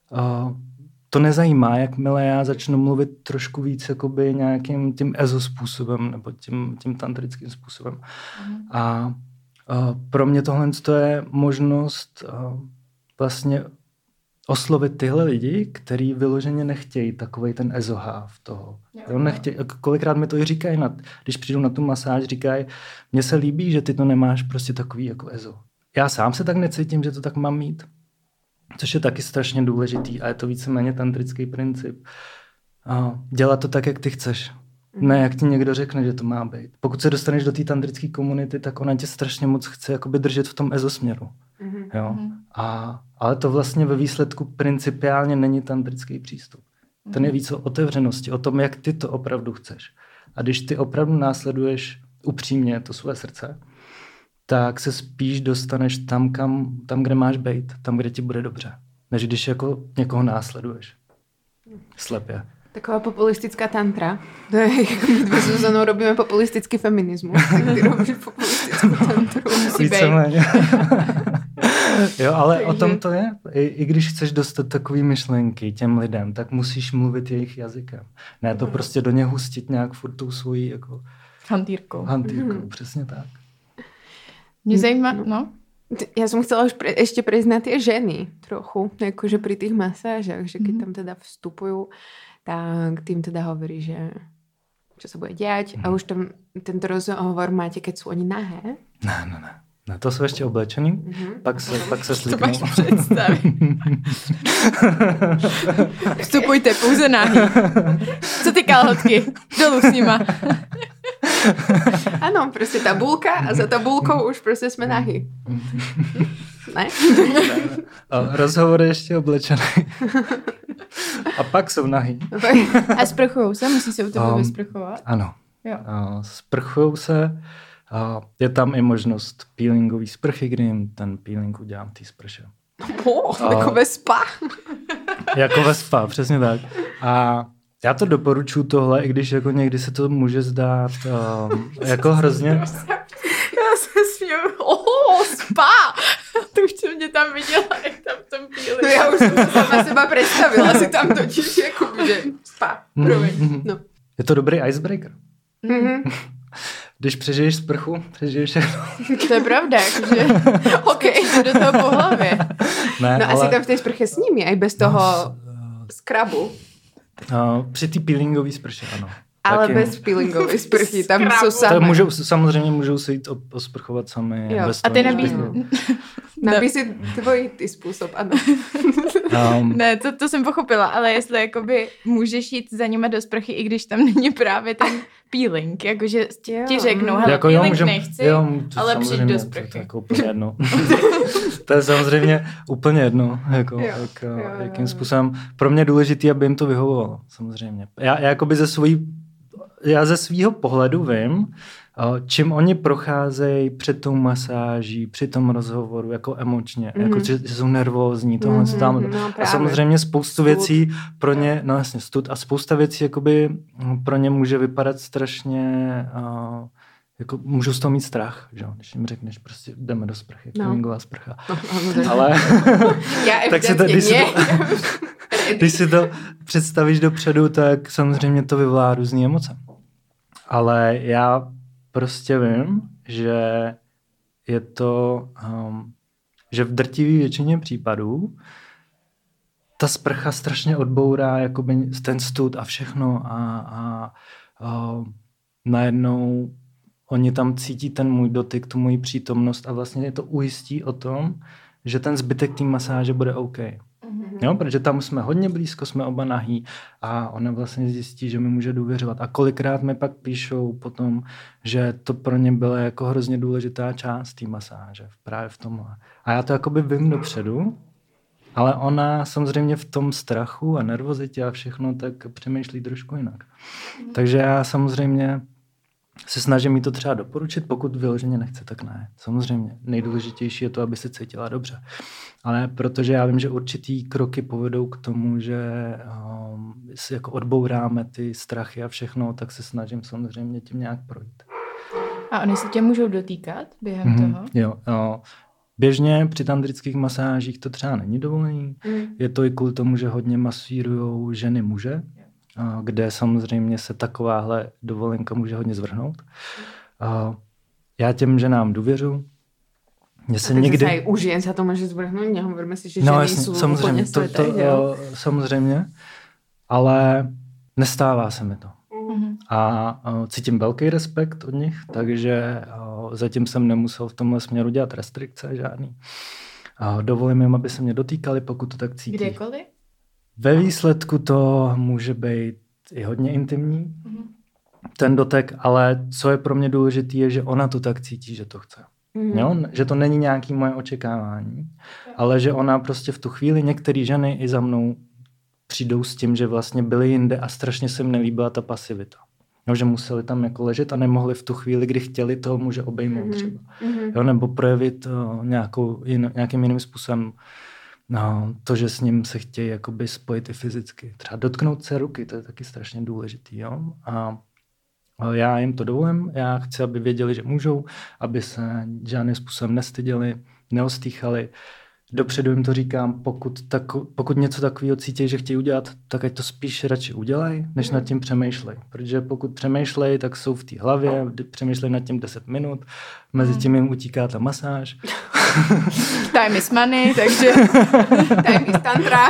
to nezajímá, jakmile já začnu mluvit trošku víc jakoby nějakým tím ezo způsobem nebo tím tantrickým způsobem. A pro mě tohle je možnost vlastně oslovit tyhle lidi, kteří vyloženě nechtějí takovej ten ezoháv toho. Kolikrát mi to i říkají, když přijdu na tu masáž, říkají, mně se líbí, že ty to nemáš prostě takový jako ezo. Já sám se tak necítím, že to tak mám mít. Což je taky strašně důležitý a je to víceméně tantrický princip. Dělat to tak, jak ty chceš. Ne, jak ti někdo řekne, že to má být. Pokud se dostaneš do té tantrické komunity, tak ona tě strašně moc chce jakoby držet v tom ezo směru. Jo? Ale to vlastně ve výsledku principiálně není tantrický přístup. Ten je víc o otevřenosti, o tom, jak ty to opravdu chceš. A když ty opravdu následuješ upřímně to své srdce, tak se spíš dostaneš tam, kde máš být, tam, kde ti bude dobře. Než když jako někoho následuješ. Slepě. Taková populistická tantra. To je, jak my dvě s Zuzanou robíme populistický feminismus. Tak ty robíš populistickou tantru. Víceméně. Jo, ale takže... o tom to je. I když chceš dostat takový myšlenky těm lidem, tak musíš mluvit jejich jazykem. Ne to prostě do ně hustit nějak furt tou svojí jako... Hantýrkou, přesně tak. Mě zajímá, no. Ja som chcela už ešte prejsť na tie ženy trochu, akože pri tých masážach, že keď tam teda vstupujú, tak tým teda hovorí, že čo sa bude diať a už tam tento rozhovor máte, keď sú oni nahé. Ne, to jsou ještě oblečený, pak se slíknou. To máš představit. Vstupujte pouze nahý. Co ty kalhotky? Dolů s nima. Ano, prostě tabulka a za tabulkou už prostě jsme nahý. Ne? Rozhovor je ještě oblečený. A pak jsou nahý. A sprchujou se? Musí se u tebe vysprchovat? Ano. Jo. Sprchujou se. Je tam i možnost peelingový sprchy, kdy jim ten peeling udělám v té sprše. Jako ve spa. Jako ve spa, přesně tak. A já to doporučuji tohle, i když jako někdy se to může zdát jako hrozně... Já se směju, spa! To už jsem mě tam viděla, jak tam v tom peelingu. No já už jsem to sama seba představila, si tam točíš jako, že spa. Promiň. No. Je to dobrý icebreaker. Když přežiješ sprchu, přežiješ všechno. To je pravda, jakože do toho po hlavě. Ne, no ale... asi tam v té sprche s nimi, aj bez toho skrabu. Při té peelingové sprše, ano. Ale taky... bez peelingové sprchy, tam jsou samé. Samozřejmě můžou se jít osprchovat sami. A ty nabízí tvoj způsob, ano. Ne, to jsem pochopila, ale jestli jakoby můžeš jít za nimi do sprchy, i když tam není právě ten peeling, jakože ti řeknou, hele, jako peeling nechci, ale přijď do sprchy. Jako úplně jedno. To je samozřejmě úplně jedno, jako, jakým způsobem. Pro mě je důležitý, aby jim to vyhovovalo, samozřejmě. Já jakoby ze svýho pohledu vím, čím oni procházejí před tou masáží, při tom rozhovoru, jako emočně, jako, že jsou nervózní, tohle tam. A samozřejmě spoustu věcí pro ně, no jasně, stud, a spousta věcí jakoby pro ně může vypadat strašně, jako můžou z toho mít strach, že? Když jim řekneš, prostě jdeme do sprchy, peelingová sprcha. Ale tak si to, když si to představíš dopředu, tak samozřejmě to vyvolá různý emoce. Ale já prostě vím, že je to, že v drtivé většině případů ta sprcha strašně odbourá jakoby ten stud a všechno a najednou oni tam cítí ten můj dotyk, tu moji přítomnost a vlastně je to ujistí o tom, že ten zbytek té masáže bude OK. Jo, protože tam jsme hodně blízko, jsme oba nahý a ona vlastně zjistí, že mi může důvěřovat. A kolikrát mi pak píšou potom, že to pro ně byla jako hrozně důležitá část té masáže, právě v tomhle. A já to jakoby vím dopředu Ale ona samozřejmě v tom strachu a nervozitě a všechno tak přemýšlí trošku jinak. Takže já samozřejmě se snažím jí to třeba doporučit, pokud vyloženě nechce, tak ne. Samozřejmě nejdůležitější je to, aby se cítila dobře. Ale protože já vím, že určitý kroky povedou k tomu, že si jako odbouráme ty strachy a všechno, tak se snažím samozřejmě tím nějak projít. A oni se tě můžou dotýkat během toho? Jo. Běžně při tantrických masážích to třeba není dovolený. Je to i kvůli tomu, že hodně masírujou ženy muže, kde samozřejmě se takováhle dovolenka může hodně zvrhnout. Já těm ženám důvěřuji. Takže u žen se to může zvrhnout, nehovoríme si, že ženy jsou samozřejmě, samozřejmě, ale nestává se mi to. A cítím velký respekt od nich, takže zatím jsem nemusel v tomhle směru dělat restrikce žádný. Dovolím jim, aby se mě dotýkali, pokud to tak cítí. Kdekoliv? Ve výsledku to může být i hodně intimní, ten dotek, ale co je pro mě důležité, je, že ona to tak cítí, že to chce. Jo? Že to není nějaké moje očekávání, ale že ona prostě v tu chvíli, některé ženy i za mnou přijdou s tím, že vlastně byly jinde a strašně se jim nelíbila ta pasivita. No, že museli tam jako ležet a nemohli v tu chvíli, kdy chtěli toho muže obejmout třeba. Jo? Nebo projevit nějakým jiným způsobem to, že s ním se chtějí jakoby spojit i fyzicky. Třeba dotknout se ruky, to je taky strašně důležitý. Jo? A já jim to dovolím, já chci, aby věděli, že můžou, aby se žádným způsobem nestyděli, neostýchali. Dopředu jim to říkám, pokud něco takového cítí, že chtějí udělat, tak ať to spíš radši udělají, než nad tím přemýšlej. Protože pokud přemýšlej, tak jsou v té hlavě, přemýšlej nad tím 10 minut, mezi tím jim utíká ta masáž. Time is money, takže time is tantra.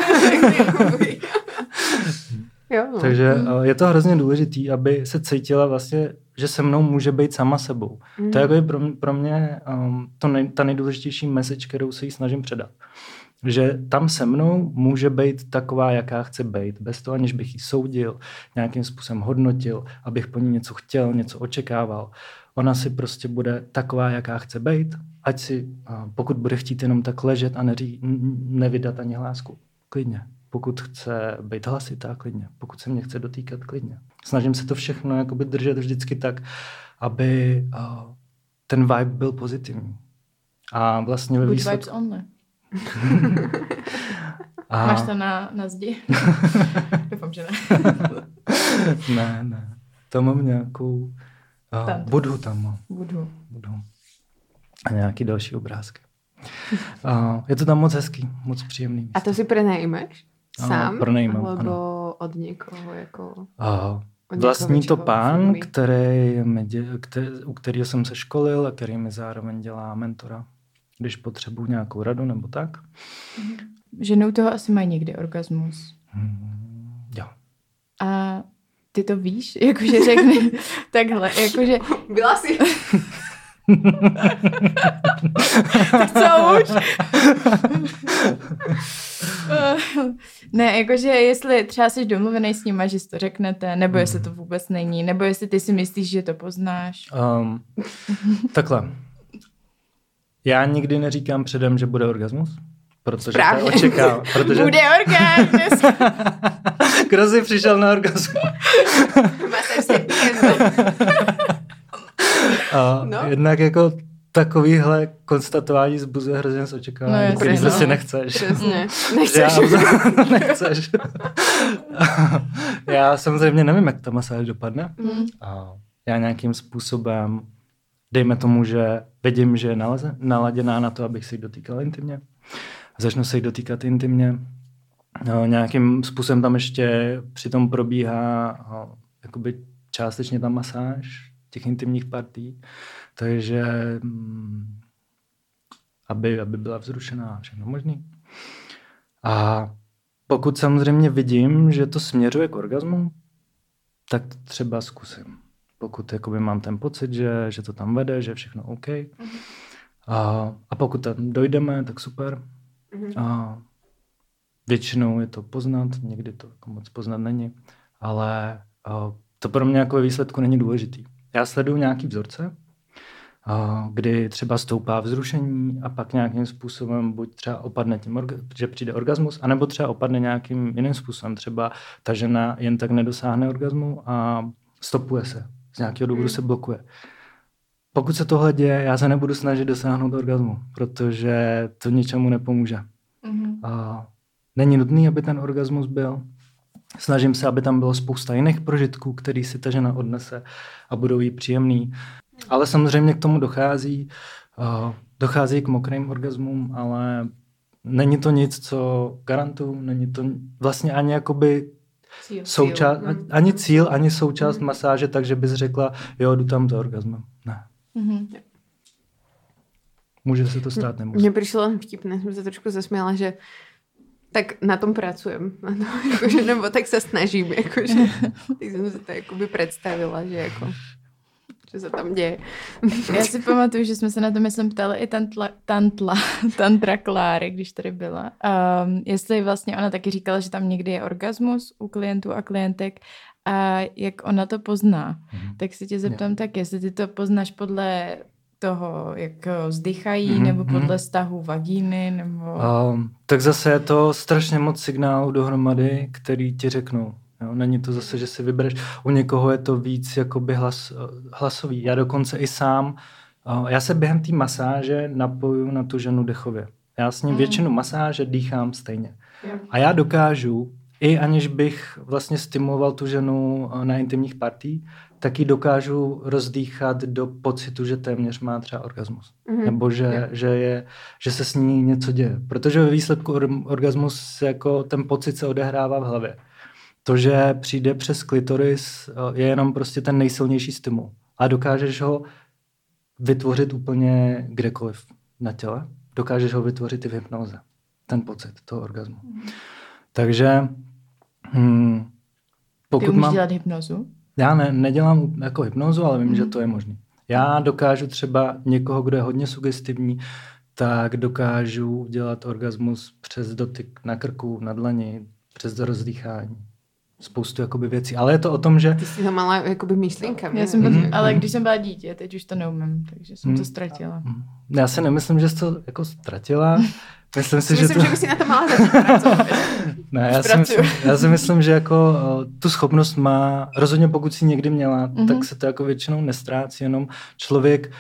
Takže je to hrozně důležitý, aby se cítila vlastně, že se mnou může být sama sebou. To je jako pro mě ta nejdůležitější message, kterou se jí snažím předat. Že tam se mnou může být taková, jaká chce být, bez toho, aniž bych ji soudil, nějakým způsobem hodnotil, abych po ní něco chtěl, něco očekával. Ona si prostě bude taková, jaká chce být, ať si, pokud bude chtít jenom tak ležet a nevydat ani hlásku, klidně. Pokud chce být hlasitá, klidně. Pokud se mě chce dotýkat, klidně. Snažím se to všechno jakoby držet vždycky tak, aby ten vibe byl pozitivní. A vlastně ve vibes only. Máš to na zdi? Doufám, že ne. Ne. Tam mám nějakou... Budhu tam mám. Budhu. A nějaký další obrázky. Je to tam moc hezký, moc příjemný místo. A to si prenajmeš? Sám? Pronajmám, alebo ano. od někoho jako... Vlastní to pán, u kterého jsem se školil a který mi zároveň dělá mentora, když potřebuji nějakou radu nebo tak. Ženou toho asi mají někdy orgasmus. Jo. A ty to víš? Jakože řekne takhle, jakože... Byla jsi... Tak co už? Ne, jakože jestli třeba jsi domluvený s nima, že si to řeknete, nebo jestli to vůbec není, nebo jestli ty si myslíš, že to poznáš. Takhle. Já nikdy neříkám předem, že bude orgasmus, protože to očekávám. Protože... Bude orgasmus! Kdo si přišel na orgasmus? Jednak jako takovýhle konstatování zbuzuje hrozně z očekávání, který prostě nechceš. Přesně. Nechceš. Já samozřejmě nevím, jak ta masáž dopadne. Já nějakým způsobem, dejme tomu, že vidím, že je naladěná na to, abych se jí dotýkal intimně. Začnu se jí dotýkat intimně. Nějakým způsobem tam ještě přitom probíhá jakoby částečně ta masáž těch intimních partí. Takže aby byla vzrušená, všechno možný. A pokud samozřejmě vidím, že to směřuje k orgazmu, tak třeba zkusím. Pokud jakoby mám ten pocit, že to tam vede, že je všechno OK. A pokud tam dojdeme, tak super. A většinou je to poznat, někdy to jako moc poznat není, ale to pro mě jako výsledku není důležitý. Já sleduju nějaký vzorce, kdy třeba stoupá vzrušení a pak nějakým způsobem buď třeba opadne tím, že přijde orgasmus, anebo třeba opadne nějakým jiným způsobem. Třeba ta žena jen tak nedosáhne orgasmu a stopuje se. Z nějakého důvodu se blokuje. Pokud se tohle děje, já se nebudu snažit dosáhnout orgasmu, protože to ničemu nepomůže. Není nutný, aby ten orgasmus byl. Snažím se, aby tam bylo spousta jiných prožitků, který si ta žena odnese a budou jí příjemný. Ale samozřejmě k tomu dochází k mokrým orgasmům, ale není to nic, co garantuju, není to vlastně ani jakoby ani cíl, ani součást masáže, takže bys řekla, jo, jdu tam to orgasmem. Ne. Může se to stát, nemusí. Mně přišlo vtipné, jsem se trošku zasměla, že tak na tom pracujem, jakože, nebo tak se snažím, jakože, tak jsem si to jakoby představila, že jako, že se tam děje. Já si pamatuju, že jsme se na to, myslím, ptali i Tantra Kláry, když tady byla. Jestli vlastně ona taky říkala, že tam někdy je orgasmus u klientů a klientek a jak ona to pozná. Tak si tě zeptám tak, jestli ty to poznáš podle toho, jak vzdychají, nebo podle stahu vagíny, nebo... Tak zase je to strašně moc signálů dohromady, který ti řeknou. Jo? Není to zase, že si vybereš. U někoho je to víc jakoby hlasový. Já dokonce i sám, já se během té masáže napoju na tu ženu dechově. Já s ním většinu masáže dýchám stejně. A já dokážu, i aniž bych vlastně stimuloval tu ženu na intimních partí, tak ji dokážu rozdýchat do pocitu, že téměř má třeba orgasmus. Nebo že se s ní něco děje. Protože ve výsledku orgasmus jako ten pocit se odehrává v hlavě. To, že přijde přes klitoris, je jenom prostě ten nejsilnější stimul. A dokážeš ho vytvořit úplně kdekoliv na těle. Dokážeš ho vytvořit i v hypnoze. Ten pocit toho orgasmu. Takže pokud ty umíš dělat hypnozu? Já nedělám jako hypnozu, ale vím, že to je možné. Já dokážu třeba někoho, kdo je hodně sugestivní, tak dokážu dělat orgasmus přes dotyk na krku, na dlani, přes rozdýchání. Spoustu jakoby věcí. Ale je to o tom, že... Ty jsi to mala jakoby myšlenka. Ale když jsem byla dítě, teď už to neumím, takže jsem to ztratila. Já si nemyslím, že jsi to jako ztratila. Myslím, že by si na to mala začít pracovat. Ne, já si myslím, že jako tu schopnost má, rozhodně pokud si někdy měla, tak se to jako většinou nestrácí, jenom člověk,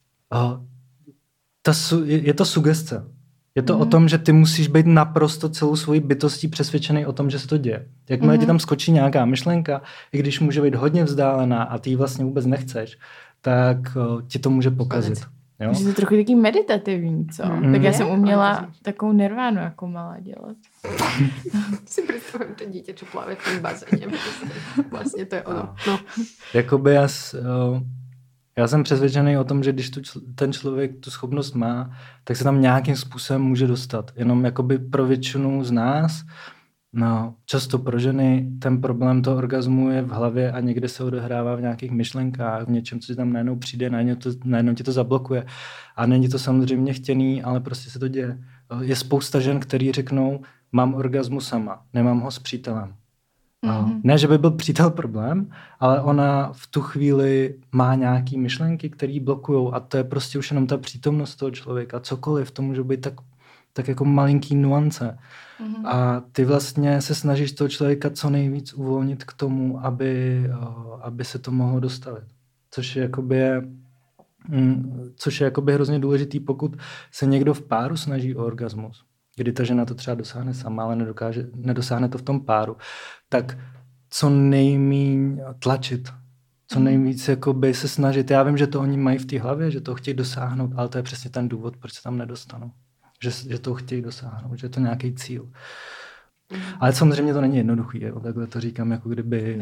je to sugestce. Je to o tom, že ty musíš být naprosto celou svojí bytostí přesvědčený o tom, že se to děje. Jakmile ti tam skočí nějaká myšlenka, i když může být hodně vzdálená a ty ji vlastně vůbec nechceš, tak ti to může pokazit. Jo? Že to je trochu taký meditativní, co? Tak já jsem uměla takovou nirvánu jako malá dělat. Si představím to dítě, čo pláve v tom bazéně. Vlastně to je ono. No. Jakoby já jsem přesvědčený o tom, že když ten člověk tu schopnost má, tak se tam nějakým způsobem může dostat. Jenom jakoby pro většinu z nás, často pro ženy, ten problém toho orgazmu je v hlavě a někde se odehrává v nějakých myšlenkách, v něčem, co ti tam najednou přijde, najednou ti to zablokuje. A není to samozřejmě chtěný, ale prostě se to děje. Je spousta žen, který řeknou, mám orgasmus sama, nemám ho s přítelem. Ne, že by byl přítel problém, ale ona v tu chvíli má nějaký myšlenky, které blokujou a to je prostě už jenom ta přítomnost toho člověka. Cokoliv, to může být tak jako malinký nuance. A ty vlastně se snažíš toho člověka co nejvíc uvolnit k tomu, aby se to mohlo dostavit. Což je jakoby hrozně důležitý, pokud se někdo v páru snaží o orgasmus, kdy ta žena to třeba dosáhne sama, ale nedosáhne to v tom páru, tak co nejméně tlačit, co nejvíc jakoby se snažit. Já vím, že to oni mají v té hlavě, že to chtějí dosáhnout, ale to je přesně ten důvod, proč se tam nedostanou. Že to chtějí dosáhnout, že je to nějaký cíl. Ale samozřejmě to není jednoduchý, jo? Takhle to říkám, jako kdyby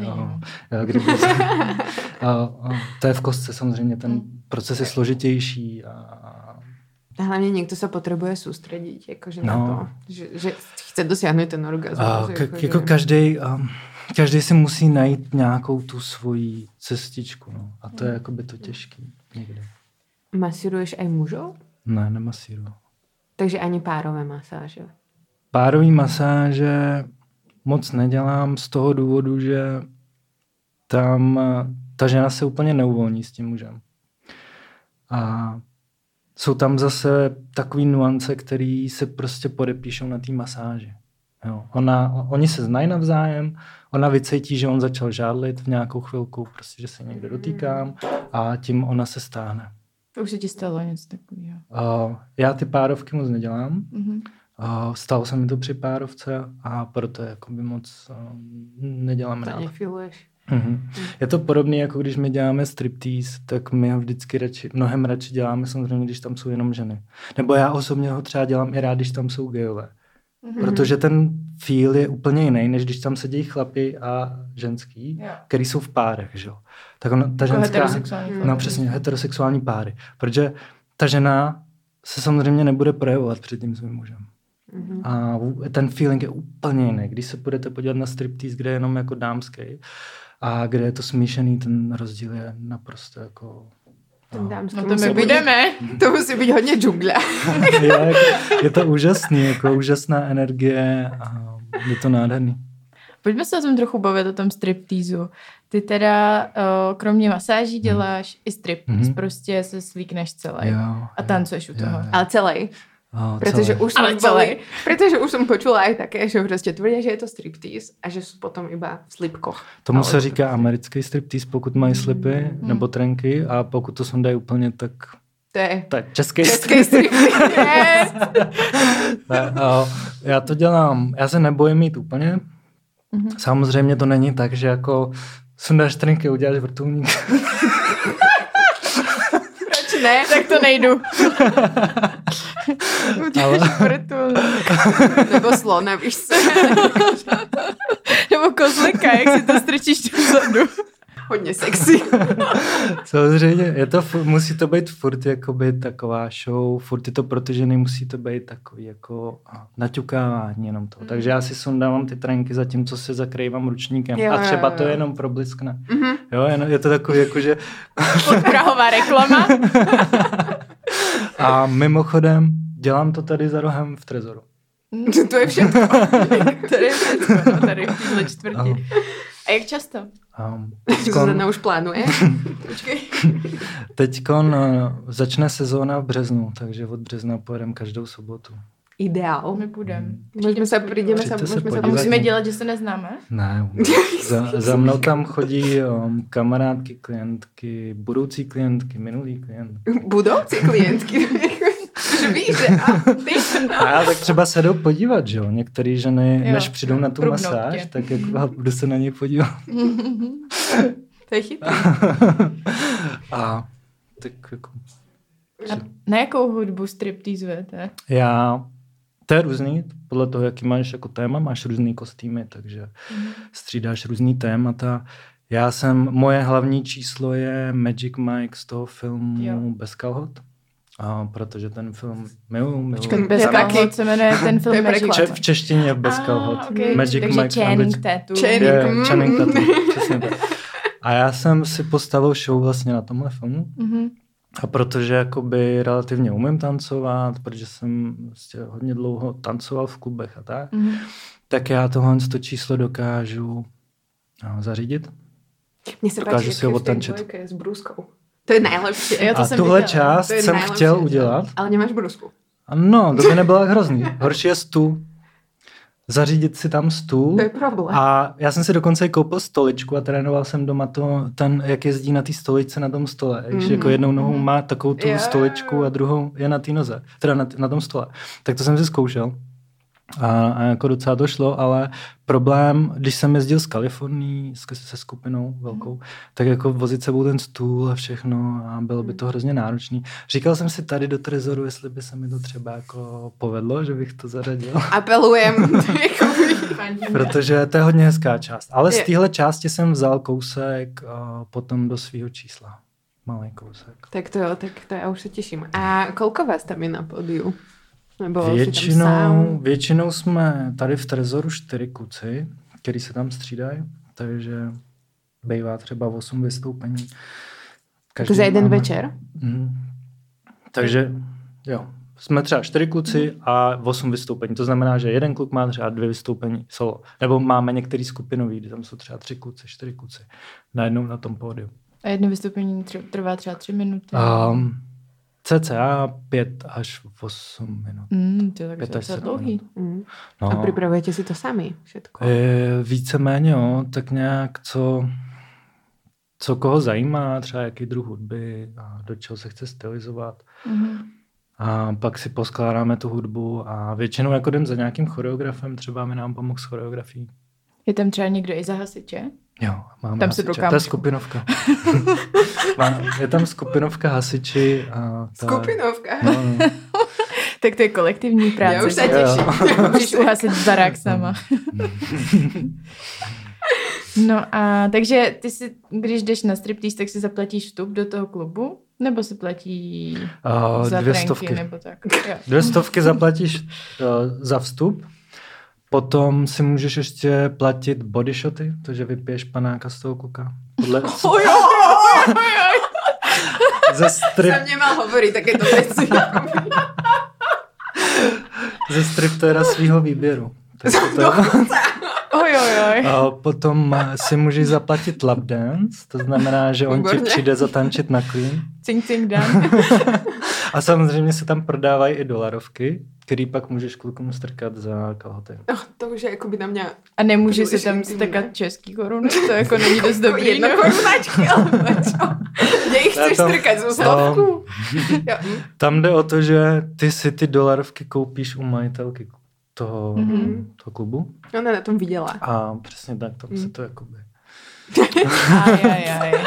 to je v kostce samozřejmě, ten proces je složitější a hlavně někdo se potřebuje soustředit, jakože na to, že chce dosáhnout ten orgasmus. Jako každý si musí najít nějakou tu svoji cestičku, no. A to je jakoby to těžký někdy. Masíruješ aj mužov? Ne, nemasíruju. Takže ani párové masáže? Párový masáže moc nedělám z toho důvodu, že tam ta žena se úplně neuvolní s tím mužem. A jsou tam zase takový nuance, který se prostě podepíšou na té masáži. Jo. Oni se znají navzájem, ona vycítí, že on začal žádlit v nějakou chvilku, prostě, že se někde dotýkám a tím ona se stáhne. Už se ti stalo něco takového? Já ty párovky moc nedělám. Stalo se mi to při párovce a proto jakoby moc nedělám rád. To nefiluješ. Je to podobné, jako když my děláme striptease, tak my ho vždycky mnohem radši děláme, samozřejmě, když tam jsou jenom ženy. Nebo já osobně ho třeba dělám i rád, když tam jsou gejové. Protože ten feel je úplně jiný, než když tam sedí chlapi a ženský, který jsou v párech, že jo. Tak ta ženská, přesně, heterosexuální páry. Protože ta žena se samozřejmě nebude projevovat před tím svým mužem. A ten feeling je úplně jiný. Když se budete podívat na striptease, kde je jenom jako dámský a kde je to smíšený, ten rozdíl je naprosto jako... To my budeme. To musí být hodně džungle. Je to úžasný, jako úžasná energie a je to nádherný. Pojďme se o tom trochu bavit, o tom stripteasu. Ty teda kromě masáží děláš i striptease, prostě se slíkneš celý a tancuješ u toho. Ale celý. Protože už jsem počula aj také, že prostě tvrdí, že je to striptease a že jsou potom iba v slipkoch. Tomu se říká americký striptease, pokud mají slipy nebo trenky, a pokud to sundají úplně, tak to je český striptease. Já to dělám, já se nebojím mít úplně. Samozřejmě to není tak, že jako sundáš trenky, uděláš vrtulník. Ne, tak to nejdu. Uděláš vrtulník. Nebo slona, víš co? Nebo kozlika, jak si to strčíš dozadu. Hodně sexy. Samozřejmě, musí to být furt jakoby taková show, furt je to pro ty ženy, musí to být takový jako naťukávání jenom toho. Takže já si sundávám ty trenky zatímco se zakrývám ručníkem a třeba to jenom probleskne. Jo, je to takový jakože... Podprahová reklama. A mimochodem, dělám to tady za rohem v Trezoru. To je všechno. Tady v téhle čtvrti. A jak často? Zuzana už plánuje. Teďkon začne sezóna v březnu, takže od března pojedeme každou sobotu. Ideál. My půjdeme. Musíme dělat, že se neznáme? Ne. Za mnou tam chodí kamarádky, klientky, budoucí klientky, minulý klientky. Budoucí klientky? A já tak třeba se jdou podívat, že jo? Některé ženy, než přijdou na tu masáž, tak jako budu se na ně podívat. To je chytrý. A tak jako... A na jakou hudbu stripteasujete? To je různý, podle toho, jaký máš jako téma, máš různý kostýmy, takže střídáš různý témata. Moje hlavní číslo je Magic Mike z toho filmu Bez kalhot. Protože ten film miluju. Bez kalhot se jmenuje ten film Magic Mike. V češtině je Bez kalhot. Okay. Magic takže Mike. Channing Tatum. Channing Tatum, přesně tak. A já jsem si postavil show vlastně na tomhle filmu. A protože jakoby relativně umím tancovat, protože jsem vlastně hodně dlouho tancoval v klubech a tak, tak já tohle číslo dokážu zařídit. Mně se dokážu si ho otančit. S bruskou. To je nejlepší. A tuhle část jsem chtěl udělat. Ale nemáš brusku. Ano, to by nebylo tak hrozný. Horší je stůl. Zařídit si tam stůl. To je problém. A já jsem si dokonce koupil stoličku a trénoval jsem doma jak jezdí na té stoličce na tom stole. Takže jako jednou nohou má takovou tu stoličku a druhou je na té noze. Teda na tom stole. Tak to jsem si zkoušel. A jako docela to šlo, ale problém, když jsem jezdil z Kalifornii se skupinou velkou, tak jako vozit sebou ten stůl a všechno a bylo by to hrozně náročný. Říkal jsem si tady do Trezoru, jestli by se mi to třeba jako povedlo, že bych to zařadil. Apelujem. Protože to je hodně hezká část. Ale z téhle části jsem vzal kousek potom do svého čísla. Malý kousek. Tak to já už se těším. A kolko vás tam je na pódiu? Většinou jsme tady v Trezoru 4 kluci, který se tam střídají, takže bývá třeba 8 vystoupení. To za jeden večer? Takže jo, jsme třeba 4 kluci a 8 vystoupení. To znamená, že jeden kluk má třeba 2 vystoupení solo. Nebo máme některý skupinový, kde tam jsou třeba 3 kluci, 4 kluci najednou na tom pódiu. A jedno vystoupení trvá třeba 3 minuty? cca 5 až 8 minut. To je tak docela dlouhý. No. A připravujete si to sami všetko? Víceméně, jo, tak nějak co koho zajímá, třeba jaký druh hudby a do čeho se chce stylizovat. A pak si poskládáme tu hudbu a většinou jako jdem za nějakým choreografem, třeba mi nám pomohl s choreografií. Je tam třeba někdo i za hasiče? Jo, máme tam hasiče. To je skupinovka. Je tam skupinovka hasiči. A skupinovka? No. Tak to je kolektivní práce. Já už se těším. Můžeš uhasit barák sama. No a takže ty si, když jdeš na striptease, tak si zaplatíš vstup do toho klubu? Nebo se platí za 200. nebo tak? Jo. 200 zaplatíš za vstup. Potom si můžeš ještě platit bodyshoty, takže vypiješ panáka z toho kluka. Jsem nemal hovoriť takéto věci. Ze striptéra svýho výběru. A potom si můžeš zaplatit lap dance, to znamená, že on ti přijde zatančit na clean. Cing, cing, dan. A samozřejmě se tam prodávají i dolarovky, který pak můžeš klukům strkat za kalhoty. To už je jako by na mě... A nemůže se tam strkat český koruny, to jako není dost dobrý. Jedno korunačky, ale čo? Kde ich chceš strkat z ústavku? Tam jde o to, že ty si ty dolarovky koupíš u majitelky toho klubu. Ona na tom viděla. A přesně tak, tam se to jakoby... Aj.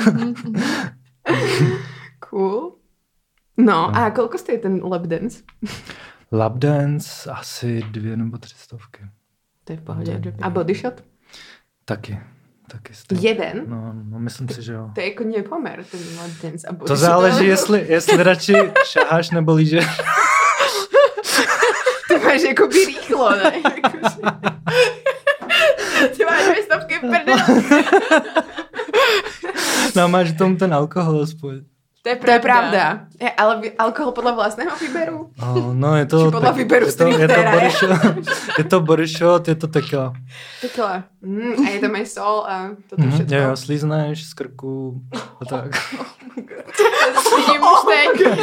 Cool. No a kolko stojí ten lap dance? Lap dance asi 2 nebo 300. To je v pohodě. A body shot? Taky stojí. Jeden? No, myslím si, že jo. To je jako nepomer, ten lap dance a body to shot. záleží, jestli radši šaháš nebo lížeš. Ty máš jakoby rýchlo, ne? Ty máš 200 v prdele. No, máš v tom ten alkohol aspoň. To je pravda. Ale alkohol podle vlastného výberu? No, je to... Či podle výberu striptéra? Je to body shot, je to tequila. Tequila. A je tam aj sol a toto všetko. Jo, slízneš z krku a tak. Vidím už teď.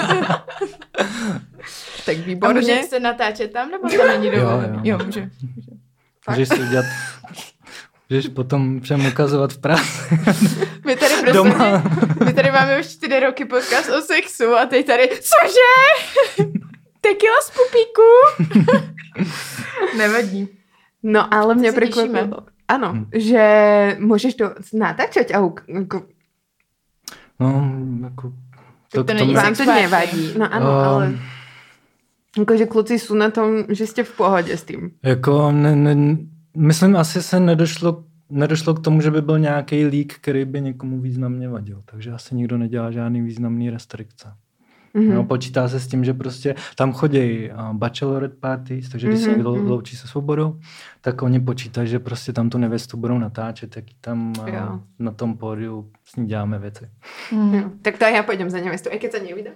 Tak výborně. A může se natáčet tam, nebo to není dovolené? Jo, může. Můžeš si udělat... Můžeš potom všem ukazovat v práci. My tady máme už 4 roky podcast o sexu a teď tady, cože? Tequila z pupíku? Nevadí. No, ale mě překvapilo. Ano, že můžeš to natáčet a no, jako... Vám to nevadí. No ano, ale... Jakože kluci jsou na tom, že jste v pohodě s tím. Jako, myslím, asi se nedošlo k tomu, že by byl nějaký leak, který by někomu významně vadil. Takže asi nikdo nedělá žádný významný restrikce. No, počítá se s tím, že prostě tam chodí bachelorette parties, takže když se někdo loučí se svobodou, tak oni počítají, že prostě tam tu nevěstu budou natáčet, jak tam na tom pódiu s ní děláme věci. Tak to já půjdem za nevěstu, i keď se nevidím.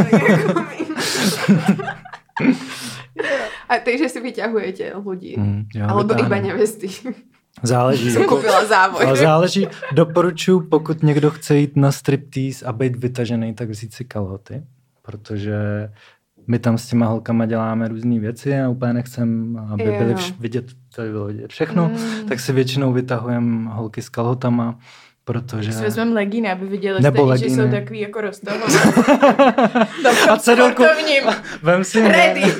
A takže si vyťahujete ľudí. Alebo iba nevěsty. Záleží. Jsem koupila závoj. Ale záleží. Doporučuji, pokud někdo chce jít na striptease a být vytažený, tak vzít si kalhoty, protože my tam s těma holkama děláme různé věci a úplně nechcem, aby byli vidět všechno, tak si většinou vytahujeme holky s kalhotama, protože... Tak si vezmeme legíny, aby viděli jste, že jsou takový jako roztahované. A cedulku. Vem si ready.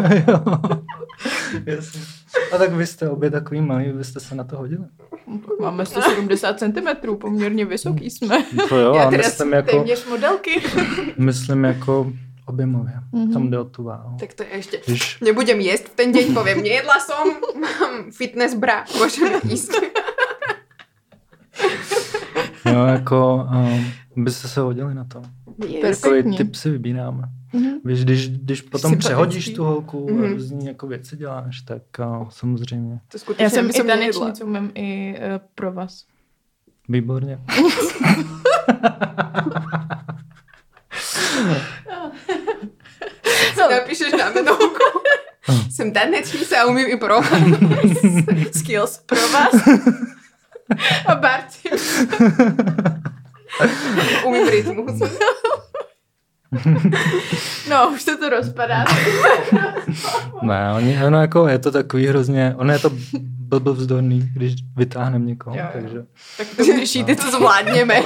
Jasně. A tak vy jste obě takový malý, vy jste se na to hodili. Máme 170 cm, poměrně vysoký jsme. To jo, já a myslím jako... téměř modelky. Myslím jako objemově. Tam jde o tu váhu. Tak to je ještě. Nebudem jíst v ten deň, poviem, nejedla som, mám fitness bra, môžeme jíst. Jo, jako byste se hodili na to. Takový tip si vybíráme. Víš, když potom přehodíš tu holku a různý jako věci děláš, tak samozřejmě. Já jsem i tanečnicu, mám i pro vás. Výborně. Napíšeš na jmenovku. Jsem tanečnice a umím i pro vás. Skills pro vás. A Barti. Umím rytmus. No, už se to rozpadá. Ne, ono jako je to takový hrozně, ono je to blbovzdorný, když vytáhneme někoho, jo. takže... Tak to řešíte, co zvládněme.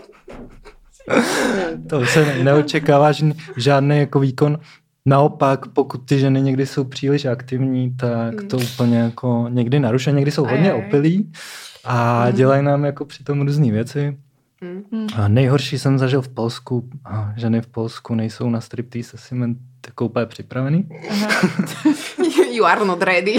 To se neočekává žádný jako výkon. Naopak, pokud ty ženy někdy jsou příliš aktivní, tak to úplně jako někdy narušuje, někdy jsou hodně opilí a dělají nám jako přitom různý věci. A nejhorší jsem zažil v Polsku. Ženy v Polsku nejsou na striptease asi jako úplně připravený. You are not ready.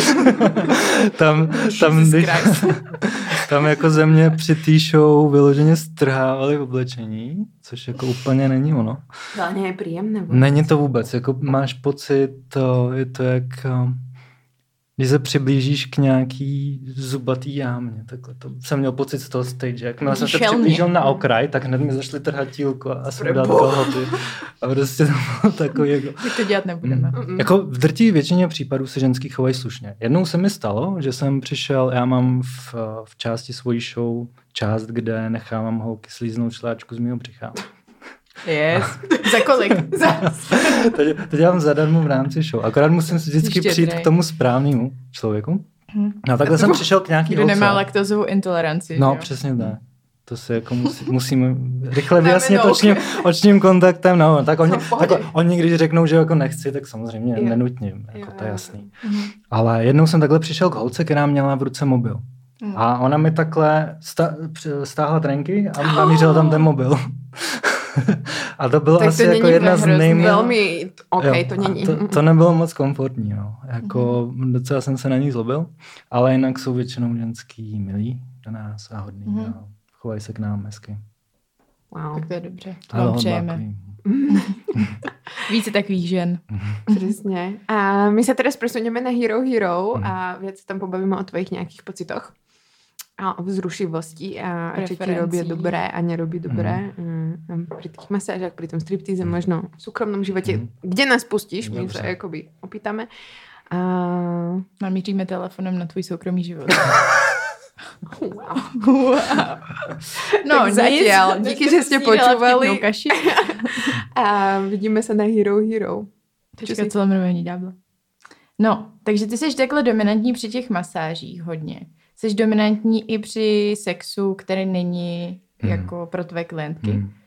tam jako ze mě při té show vyloženě strhávali oblečení, což jako úplně není ono. To není příjemné. Není to vůbec, jako máš pocit, je to jak, když se přiblížíš k nějaký zubatý jámě, takhle to jsem měl pocit z toho stage, jak jsem se přiblížil na okraj, tak hned mi zašli trhat tílko a jsem dát kalhoty. A prostě to bylo takový jako... Tak to dělat nebudeme. Jako v drtí většině případů se ženský chovají slušně. Jednou se mi stalo, že jsem přišel, já mám v části svojí show část, kde nechávám holky slíznout šláčku z mýho břicha. Yes. Za kolik? To dělám zadarmo v rámci show. Akorát musím vždycky přijít k tomu správnému člověku. No takhle jsem přišel k nějaký holce. Kdo nemá laktozovou intoleranci. No, jo? přesně tak. To si jako musíme rychle vyjasnit očním kontaktem. No, tak oni když řeknou, že jako nechci, tak samozřejmě nenutním. Jako to je jasný. Ale jednou jsem takhle přišel k holce, která měla v ruce mobil. A ona mi takhle stáhla trenky a namířila tam ten mobil. A to bylo tak asi to jako jedna z velmi, to není. To nebylo moc komfortní, no. Jako docela jsem se na ní zlobil, ale jinak jsou většinou ženský milí do nás a hodný. A chovají se k nám hezky. Wow. Tak to je dobře. To vám přejeme. Více takových žen. Přesně. A my se teraz presuneme na Hero a viac tam pobavíme o tvojich nějakých pocitoch a o vzrušivosti a čo ti robí dobré a nerobí dobré. Pri tých masážach, pri tom striptease, možno v súkromnom živote. Kde nás pustíš? My sa akoby opýtame. Namíříme telefonem na tvůj soukromý život. Wow. No, zatiaľ. Díky, že ste počúvali. A vidíme sa na Hero. Teďka celomrvení ďábla. No, takže ty jsi takhle dominantní při těch masážích hodně. Jsi dominantní i při sexu, který není jako pro tvé klientky.